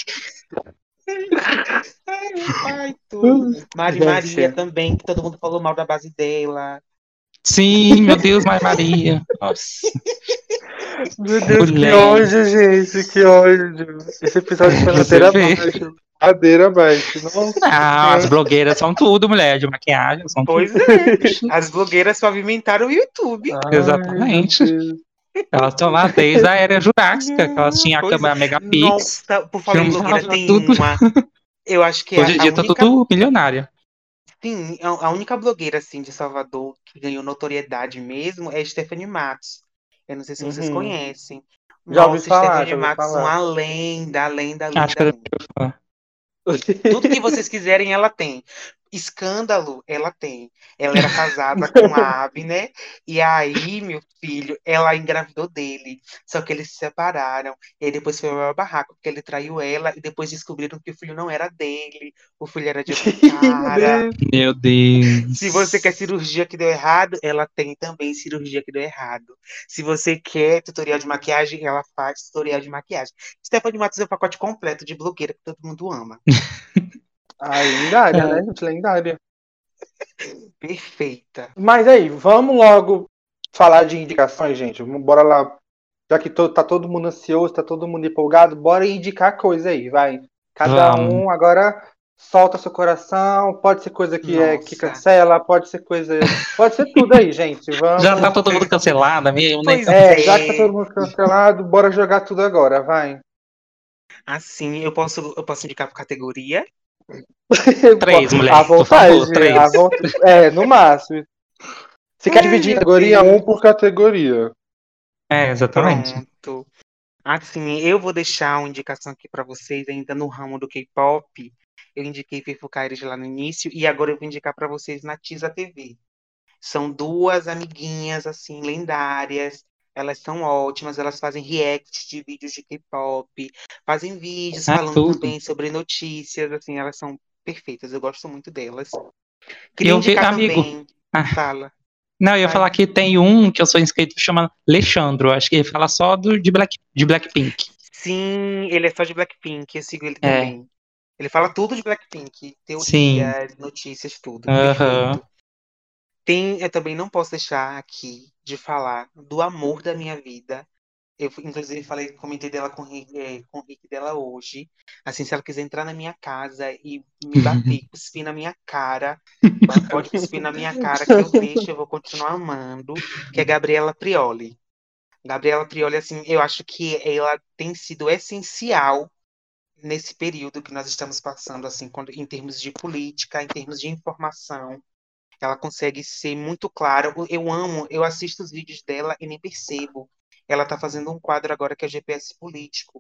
Ai, meu pai, tudo. Mari Maria Gente, também, que todo mundo falou mal da base dela. Sim, meu Deus, Maria Maria. Nossa, meu Deus, que mulher. ódio, gente, que ódio. Esse episódio foi Você ladeira vê. abaixo. Ladeira abaixo. Nossa Ah, as senhora. blogueiras são tudo, mulher, de maquiagem, são tudo. Pois é, as blogueiras pavimentaram o YouTube. Ai, meu Exatamente. Deus. Elas estão lá desde a era Jurássica, que elas Hum, tinham a Pois é. câmera Megapix, Nossa, por falar em blogueira, filmava tem tudo. uma. Eu acho que é Hoje a em a dia tá única. tudo milionária. Sim, a a única blogueira assim de Salvador que ganhou notoriedade mesmo é Stephanie Matos. Eu não sei se vocês Uhum. conhecem. Já ouvi Nossa, falar, Stephanie já ouvi Matos, falar. uma lenda, lenda, Acho que lenda, eu já lenda. ouvi falar. Tudo que vocês quiserem, ela tem. Escândalo, ela tem. Ela era casada com a Abner, e aí, meu filho, ela engravidou dele. Só que eles se separaram. E aí depois foi o maior barraco, porque ele traiu ela, e depois descobriram que o filho não era dele, o filho era de outro Meu cara. Deus. Meu Se você quer Deus. cirurgia que deu errado, ela tem também cirurgia que deu errado. Se você quer tutorial de maquiagem, ela faz tutorial de maquiagem. Stephanie Matos é o pacote completo de blogueira que todo mundo ama. Ai, lendária, né, É, gente? Lendária. Perfeita. Mas aí, vamos logo falar de indicações, gente. Vamos- Bora lá. Já que to- tá todo mundo ansioso, tá todo mundo empolgado, bora indicar coisa aí, vai. Cada vamos. um agora solta seu coração. Pode ser coisa que, é, que Nossa. cancela, pode ser coisa. Pode ser tudo aí, gente. Já tá Vamos. todo mundo cancelado mesmo, né? Pois Então, É, já que tá todo é. mundo cancelado, bora jogar tudo agora, vai. Assim, eu posso, eu posso indicar por categoria? três, À mulher, por favor, vontade, à três. vontade. É, no máximo. Você quer Ai, dividir em meu categoria? Um Deus. por categoria. É, exatamente. Pronto. Assim, eu vou deixar uma indicação aqui para vocês, ainda no ramo do K-pop. Eu indiquei Fifo Kairos lá no início, e agora eu vou indicar para vocês na Tisa T V. São duas amiguinhas, assim, lendárias. Elas são ótimas, elas fazem react de vídeos de K-pop, fazem vídeos Ah, falando tudo. também sobre notícias, assim, elas são perfeitas, eu gosto muito delas. E Queria eu vi, indicar amigo. também, Ah, fala, não, eu ia vai. falar que tem um que eu sou inscrito, chama Alexandro. Acho que ele fala só do, de, Black, de Blackpink. Sim, ele é só de Blackpink, eu sigo ele É, também. Ele fala tudo de Blackpink, sim. teorias, notícias, tudo, Aham. perfeito. Tem, eu também não posso deixar aqui de falar do amor da minha vida. Eu, inclusive, falei, comentei dela com, o Rick- eh, com o Rick dela hoje. Assim, se ela quiser entrar na minha casa e me bater, cuspir na minha cara, ba- pode cuspir na minha cara que eu deixo, eu vou continuar amando, que é Gabriela Prioli. Gabriela Prioli, assim, eu acho que ela tem sido essencial nesse período que nós estamos passando, assim, quando, em termos de política, em termos de informação. Ela consegue ser muito clara. Eu amo, eu assisto os vídeos dela e nem percebo. Ela está fazendo um quadro agora que é G P S Político,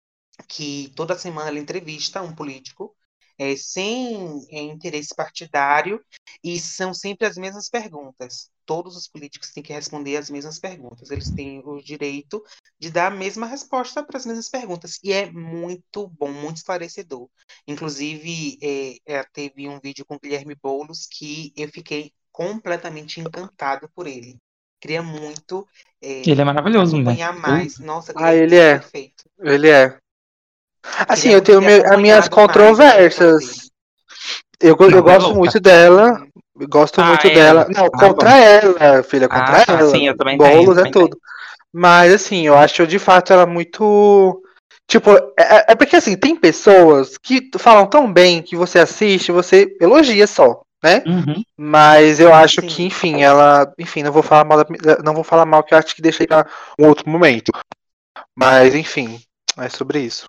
que toda semana ela entrevista um político, é, sem é, interesse partidário, e são sempre as mesmas perguntas. Todos os políticos têm que responder as mesmas perguntas. Eles têm o direito de dar a mesma resposta para as mesmas perguntas. E é muito bom, muito esclarecedor. Inclusive, é, é, teve um vídeo com o Guilherme Boulos que eu fiquei completamente encantado por ele. Queria muito Ele é é, maravilhoso, mulher. acompanhar Tudo. mais. Nossa, Ah, Guilherme ele Boulos, é. perfeito. Ele é. Assim, Queria eu muito tenho ter meu- as minhas acompanhado mais a trajetória dele. controvérsias. Eu, go- eu Não, é gosto louca. muito dela. Uhum. Eu gosto Ah, muito ela. dela. Não, Ah, bom. contra ela, filha, Ah, contra tá. Sim, ela. eu também tenho. Boulos é Também tenho. tudo. Mas, assim, eu acho de fato ela muito. Tipo, é, é porque assim, tem pessoas que falam tão bem que você assiste, você elogia só, né? Uhum. Mas eu acho que, Sim. enfim, ela. Enfim, não vou falar mal, da- não vou falar mal, que eu acho que deixei pra um outro momento. Mas, enfim, é sobre isso.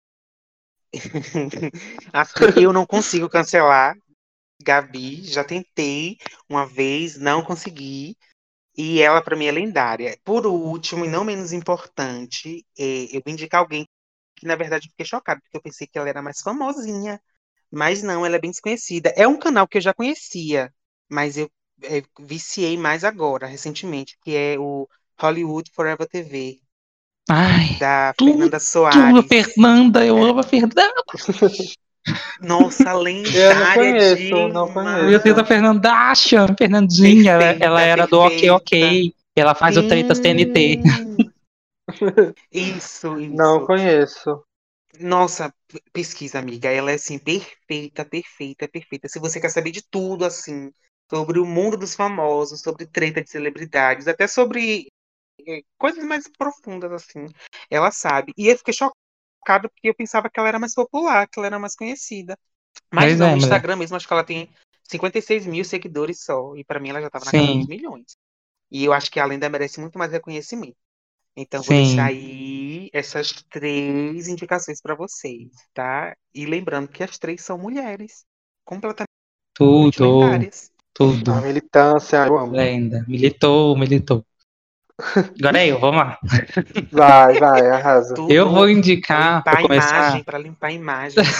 Assim, eu não consigo cancelar Gabi. Já tentei uma vez, não consegui. E ela, para mim, é lendária. Por último, e não menos importante, é, eu vou indicar alguém que, na verdade, eu fiquei chocada, porque eu pensei que ela era mais famosinha. Mas não, ela é bem desconhecida. É um canal que eu já conhecia, mas eu é, viciei mais agora, recentemente, que é o Hollywood Forever T V. Ai, da tudo, Fernanda tudo, Soares. Fernanda, eu amo a Fernanda. Nossa, Eu não lendária conheço, não Dilma. Meu Deus, a conheço. Fernandasha, Fernandinha, ela, ela Perfeita, era do Ok perfeita. Ok. Ela faz o Tretas T N T. Sim! Isso, Não isso. conheço. Nossa, p- pesquisa, amiga. Ela é assim, perfeita, perfeita, perfeita. Se você quer saber de tudo, assim, sobre o mundo dos famosos, sobre treta de celebridades, até sobre eh, coisas mais profundas, assim, ela sabe. E eu fiquei chocada porque eu pensava que ela era mais popular, que ela era mais conhecida. Mas Pois não, é, no mulher. Instagram mesmo, acho que ela tem cinquenta e seis mil seguidores só. E pra mim ela já tava na casa dos Sim, milhões. E eu acho que ela ainda merece muito mais reconhecimento. Então, vou deixar sim. aí essas três indicações para vocês, tá? E lembrando que as três são mulheres, completamente Tudo, lendárias. A tudo. militância, eu amo. Lenda. Militou, militou. Agora é eu, vamos lá. Vai, vai, arrasa. Eu vou Tudo para indicar, para limpar a começar, imagem, para limpar a imagem.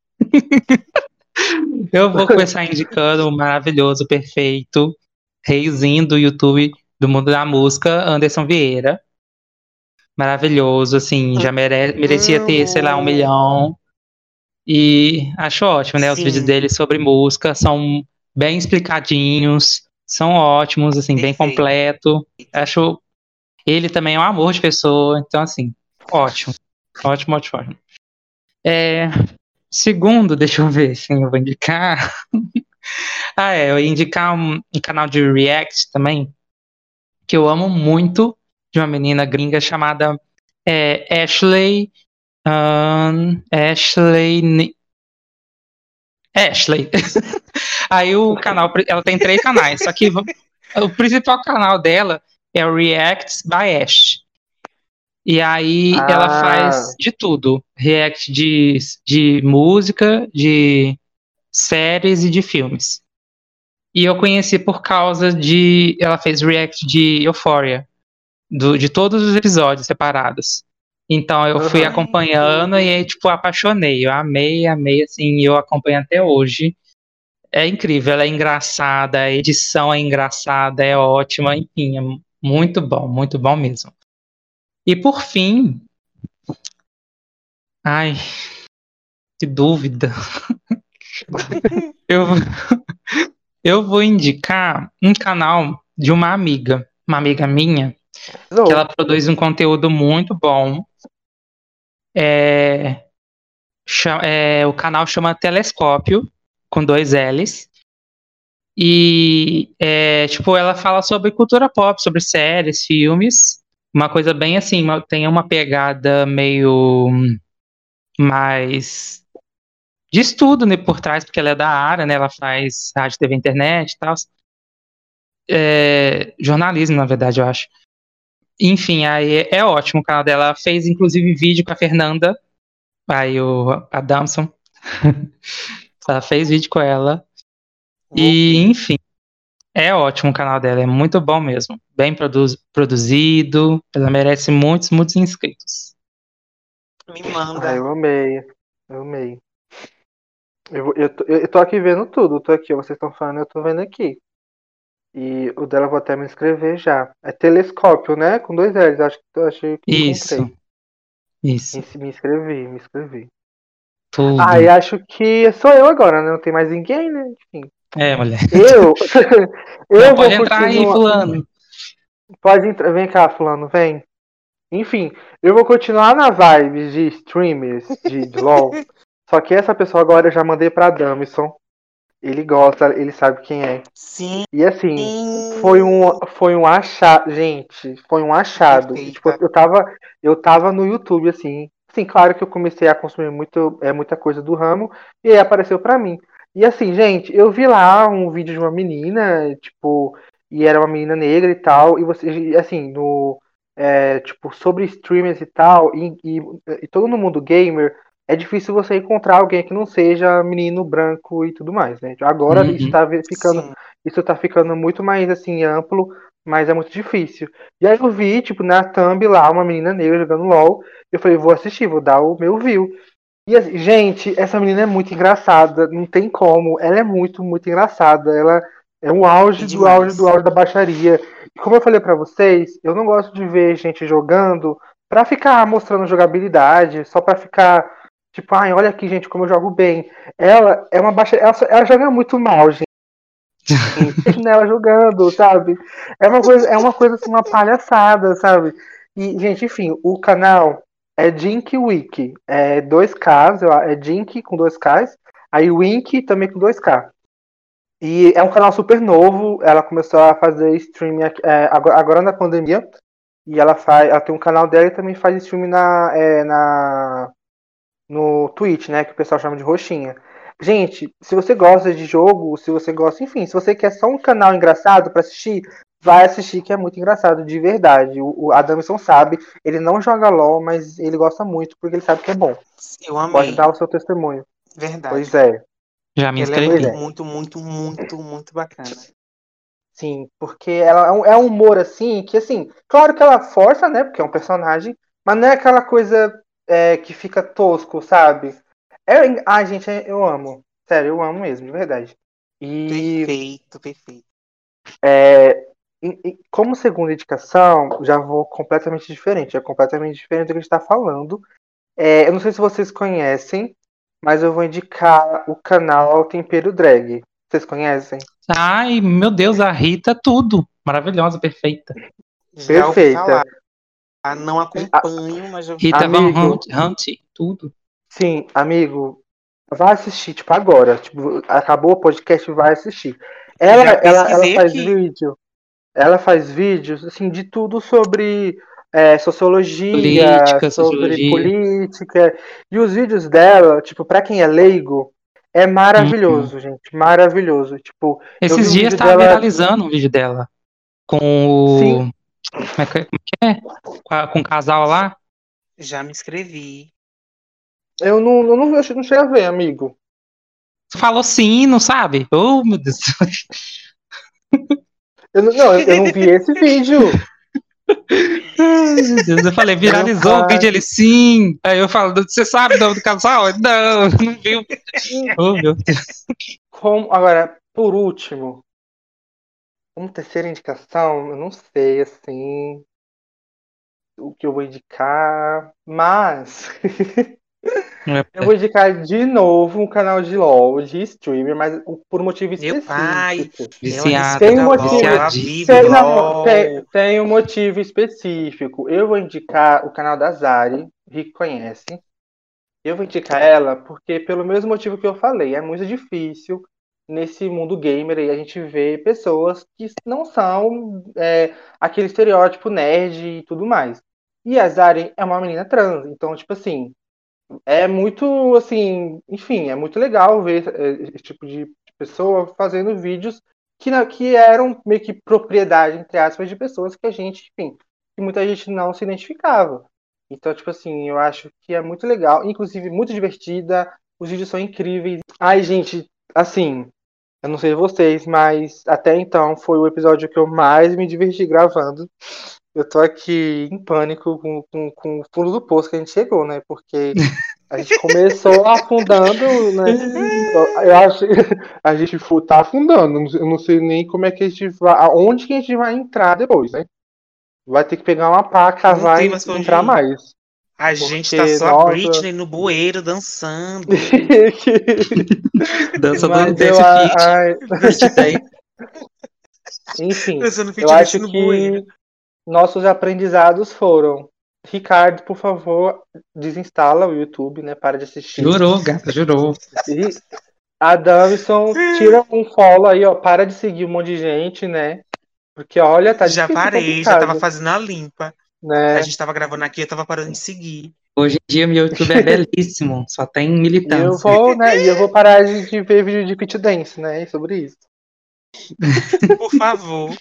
eu vou começar indicando o maravilhoso, perfeito, reizinho do YouTube do mundo da música, Anderson Vieira. Maravilhoso, assim, já mere merecia ter, sei lá, um Amo! milhão. E acho ótimo, né? Os vídeos Sim, dele sobre música são bem explicadinhos, são ótimos, assim, bem perfeito. completo. Acho ele também é um amor de pessoa, então, assim, ótimo. Ótimo, ótimo, ótimo. É, segundo, deixa eu ver se eu vou indicar. Ah, é, eu ia indicar um, um canal de React também, que eu amo muito, de uma menina gringa chamada é, Ashley. ahn, Ashley. Ni- Ashley. Aí o canal, ela tem três canais, só que o principal canal dela é o Reacts by Ash. E aí ela Ah, faz de tudo, react de, de música, de séries e de filmes. E eu conheci por causa de, ela fez react de Euphoria, do, de todos os episódios separados. Então eu fui aham. Ai, acompanhando e tudo. aí, tipo, apaixonei. Eu amei, amei, assim, e eu acompanho até hoje. É incrível, ela é engraçada, a edição é engraçada, é ótima, enfim, é muito bom, muito bom mesmo. E por fim, ai, que dúvida. Eu, eu vou indicar um canal de uma amiga, uma amiga minha, que ela Não. produz um conteúdo muito bom. É, cha- é, o canal chama Telescópio, com dois L's. E, é, tipo, ela fala sobre cultura pop, sobre séries, filmes. Uma coisa bem assim, uma- tem uma pegada meio mais de estudo, né, por trás, porque ela é da área, né? Ela faz rádio, T V, internet e tal. É, jornalismo, na verdade, eu acho. Enfim, aí é, é ótimo o canal dela. Ela fez, inclusive, vídeo com a Fernanda, aí o Adamson. Ela fez vídeo com ela. Vou E, ver. enfim, é ótimo o canal dela, é muito bom mesmo. Bem produ- produzido, ela merece muitos, muitos inscritos. Me Ah, manda. eu amei. Eu amei. Eu, vou- eu, tô, eu tô aqui vendo tudo. Eu tô aqui, ó, vocês estão falando, eu tô vendo aqui. E o dela eu vou até me inscrever já. É telescópio, né? Com dois L's. Acho que eu achei que Isso, encontrei. isso, Me, me inscrevi, me inscrevi. Ah, e tudo. acho que sou eu agora, né? Não tem mais ninguém, né? Enfim. É, mulher. Eu, Não, eu vou pode entrar aí, continuar. fulano. Pode entrar. Vem cá, fulano, vem. Enfim, eu vou continuar na vibe de streamers de, de LoL. Só que essa pessoa agora eu já mandei pra Damison. Ele gosta, ele sabe quem é. Sim, E assim, foi um, foi um achado, gente, foi um achado. E, tipo, perfeita. eu tava, eu tava no YouTube, assim. Sim, claro que eu comecei a consumir muito, é, muita coisa do ramo, e aí apareceu pra mim. E assim, gente, eu vi lá um vídeo de uma menina, tipo, e era uma menina negra e tal, e você, e, assim, no, é, tipo, sobre streamers e tal, e, e, e todo no mundo gamer, é difícil você encontrar alguém que não seja menino branco e tudo mais, né? Agora isso Uhum. tá ficando Sim. isso tá ficando muito mais assim amplo, mas é muito difícil. E aí eu vi, tipo, na thumb lá, uma menina negra jogando LOL. Eu falei, vou assistir, vou dar o meu view. E assim, gente, essa menina é muito engraçada, não tem como. Ela é muito, muito engraçada. Ela é o auge E do auge do demais. auge da baixaria. E como eu falei pra vocês, eu não gosto de ver gente jogando pra ficar mostrando jogabilidade, só pra ficar, tipo, ai, olha aqui, gente, como eu jogo bem. Ela é uma baixa. Ela, só- ela joga muito mal, gente. Imagina ela jogando, sabe? É uma coisa, é uma coisa assim, uma palhaçada, sabe? E, gente, enfim, o canal é Jink Wiki. É dois Ks, eu a- é Jink com dois Ks, aí Wink também com dois K. E é um canal super novo. Ela começou a fazer streaming aqui- é, agora, agora na pandemia. E ela faz, ela tem um canal dela e também faz streaming na, é, na no Twitch, né? Que o pessoal chama de roxinha. Gente, se você gosta de jogo, se você gosta, enfim, se você quer só um canal engraçado pra assistir, vai assistir que é muito engraçado, de verdade. O, o Adamson sabe, ele não joga LOL, mas ele gosta muito porque ele sabe que é bom. Eu Pode amei. dar o seu testemunho. Verdade. Pois é, Já me Ela é pois inscrevi. é. muito, muito, muito, muito, muito bacana. Sim, porque ela é um, é um humor assim, que assim, claro que ela força, né? Porque é um personagem, mas não é aquela coisa é, que fica tosco, sabe? É, ai, gente, é- eu amo. Sério, eu amo mesmo, de verdade. E Perfeito, perfeito. é, e- e como segunda indicação, já vou completamente diferente. É completamente diferente do que a gente está falando. É, eu não sei se vocês conhecem, mas eu vou indicar o canal Tempero Drag. Vocês conhecem? Ai, meu Deus, a Rita, tudo. Maravilhosa, perfeita. Já ouvi Perfeita. falar. Ah, não A- acompanho, mas já ouvi Rita falar. Van amigo, Hunt, Hunt, tudo. sim, amigo, vai assistir, tipo, agora. Tipo, acabou o podcast, vai assistir. Ela, Já ela, ela pesquisei faz aqui. vídeo. Ela faz vídeos assim de tudo sobre é, sociologia, Política, sobre sociologia. política. E os vídeos dela, tipo, pra quem é leigo, é Uhum. maravilhoso, gente. Maravilhoso. Tipo, eu vi Esses um dias vídeo tá dela. viralizando um vídeo dela com Sim, o. Como é que, como é? que é? Com, a- com o casal lá. Já me inscrevi. eu não, eu não, eu não cheguei a ver, amigo. Você falou sim, não sabe? Oh, meu Deus. Eu não, não, eu não vi esse vídeo. Ai, meu Deus. Eu falei, Meu viralizou o pai. vídeo, ele sim. Aí eu falo, você sabe o nome do casal? Não, não viu. Oh, meu Deus. Como, agora, por último, como terceira indicação, eu não sei, assim, o que eu vou indicar, mas eu vou indicar de novo um canal de LOL, de streamer, mas por um motivo Meu pai, específico. ela Tem um Viciada, respira LOL, motivo. ela vive Tem, viciadíssima. não, tem, LOL. tem um motivo específico. Eu vou indicar o canal da Zari, Rick conhece. Eu vou indicar ela porque, pelo mesmo motivo que eu falei, é muito difícil nesse mundo gamer aí a gente ver pessoas que não são é, aquele estereótipo nerd e tudo mais. E a Zari é uma menina trans, então, tipo assim, é muito, assim, enfim, é muito legal ver é, esse tipo de pessoa fazendo vídeos que, na- que eram meio que propriedade, entre aspas, de pessoas que a gente, enfim, que muita gente não se identificava. Então, tipo assim, eu acho que é muito legal, inclusive muito divertida, os vídeos são incríveis. Ai, gente, assim, eu não sei vocês, mas até então foi o episódio que eu mais me diverti gravando. Eu tô aqui em pânico com, com, com o fundo do poço que a gente chegou, né? Porque a gente começou afundando, né? Eu acho que a gente fu- tá afundando. Eu não sei nem como é que a gente vai. Aonde que a gente vai entrar depois, né? Vai ter que pegar uma pá, Não cavar tem e mais pra onde entrar ir. mais. A gente tá Porque, só a nossa. Britney no bueiro dançando. Dança do Mas eu. Dance Fit. Ai, Birthday. enfim, Dançando eu fitness acho no bueiro. que nossos aprendizados foram. Ricardo, por favor, desinstala o YouTube, né? Para de assistir. Jurou, gata, jurou. E a Davison, tira um follow aí, ó. Para de seguir um monte de gente, né? Porque, olha, tá Já difícil, parei, já tava complicado, fazendo a limpa. A né? gente tava gravando aqui, eu tava parando de seguir. Hoje em dia, meu YouTube é belíssimo. Só tem E eu militância. vou, né? E eu vou parar de, de ver vídeo de pit dance, né? Sobre isso. Por favor.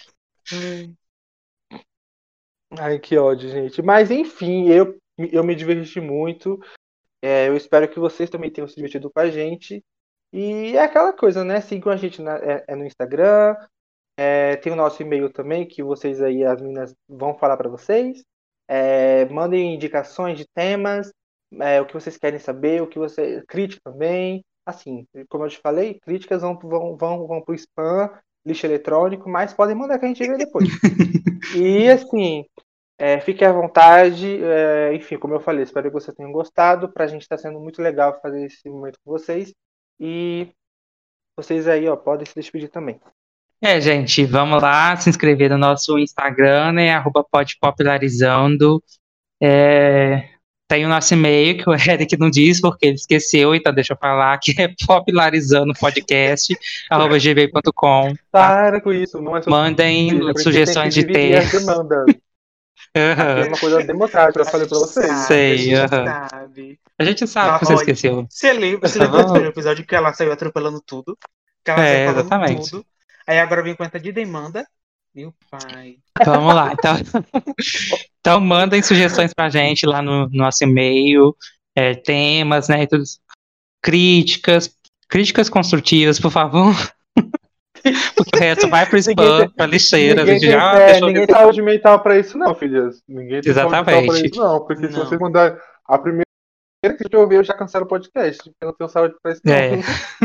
Ai, que ódio, gente. Mas, enfim, eu, eu me diverti muito. É, eu espero que vocês também tenham se divertido com a gente. E é aquela coisa, né? Sigam a gente na- é, é no Instagram. É, tem o nosso e-mail também, que vocês aí, as meninas, vão falar para vocês. É, mandem indicações de temas, é, o que vocês querem saber, o que você. Crítica também. Assim, como eu te falei, críticas vão, vão, vão, vão pro spam, lixo eletrônico, mas podem mandar que a gente vê depois. E assim, É, fique à vontade, é, enfim, como eu falei, espero que vocês tenham gostado. Pra gente tá sendo muito legal fazer esse momento com vocês. E vocês aí, ó, podem se despedir também. É, gente, vamos lá se inscrever no nosso Instagram, né? Arroba podpopularizando. É, tem o nosso e-mail, que o Eric não diz porque ele esqueceu, então deixa eu falar, que é popularizandopodcast, arroba gmail ponto com. Para com isso, não é só Mandem porque tem sugestões que de dividir as temas. demandas. Aqui é uma coisa democrática, eu falei pra vocês. Sei, a gente aham. sabe. A gente sabe Não, que você olha, esqueceu. Você lembra, você Tá lembra do bom? primeiro episódio que ela saiu atropelando tudo? Que ela É, saiu falando exatamente. tudo. Aí agora vem com essa de demanda. Meu pai. Vamos lá, então. Então mandem sugestões pra gente lá no nosso e-mail, é, temas, né, e tudo. Críticas, críticas construtivas, por favor. Porque o resto vai pro Ninguém spam, tem- pra lixeira, a Ninguém gente tem, já é, deixou ninguém tem saúde mental pra isso, não, filhas. Ninguém tem saúde mental pra Exatamente. isso, não. Porque se Não. vocês mandar a primeira que a gente ouvir, eu já cancelo o podcast. Porque eu não tenho saúde pra isso, não. É.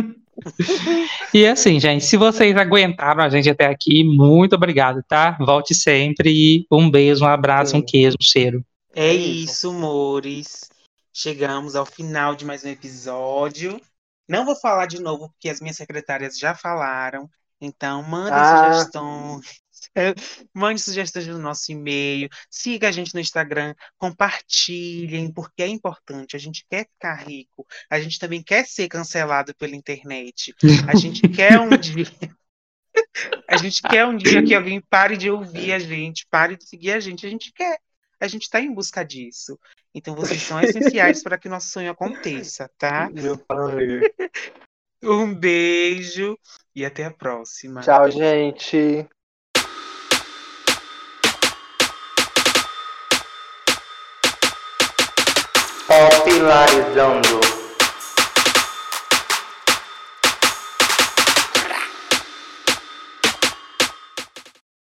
E assim, gente, se vocês aguentaram a gente até aqui, muito obrigado, tá? Volte sempre e um beijo, um abraço, um Sim. queijo, um cheiro. É É isso. isso, amores. Chegamos ao final de mais um episódio. Não vou falar de novo, porque as minhas secretárias já falaram. Então, mandem Ah. sugestões. Mande sugestões no nosso e-mail. Siga a gente no Instagram. Compartilhem, porque é importante. A gente quer ficar rico. A gente também quer ser cancelado pela internet. A gente quer um dia. A gente quer um dia que alguém pare de ouvir a gente, pare de seguir a gente. A gente quer. A gente está em busca disso. Então, vocês são essenciais para que nosso sonho aconteça, tá? Meu pai. Um beijo e até a próxima. Tchau, gente. Popularizando.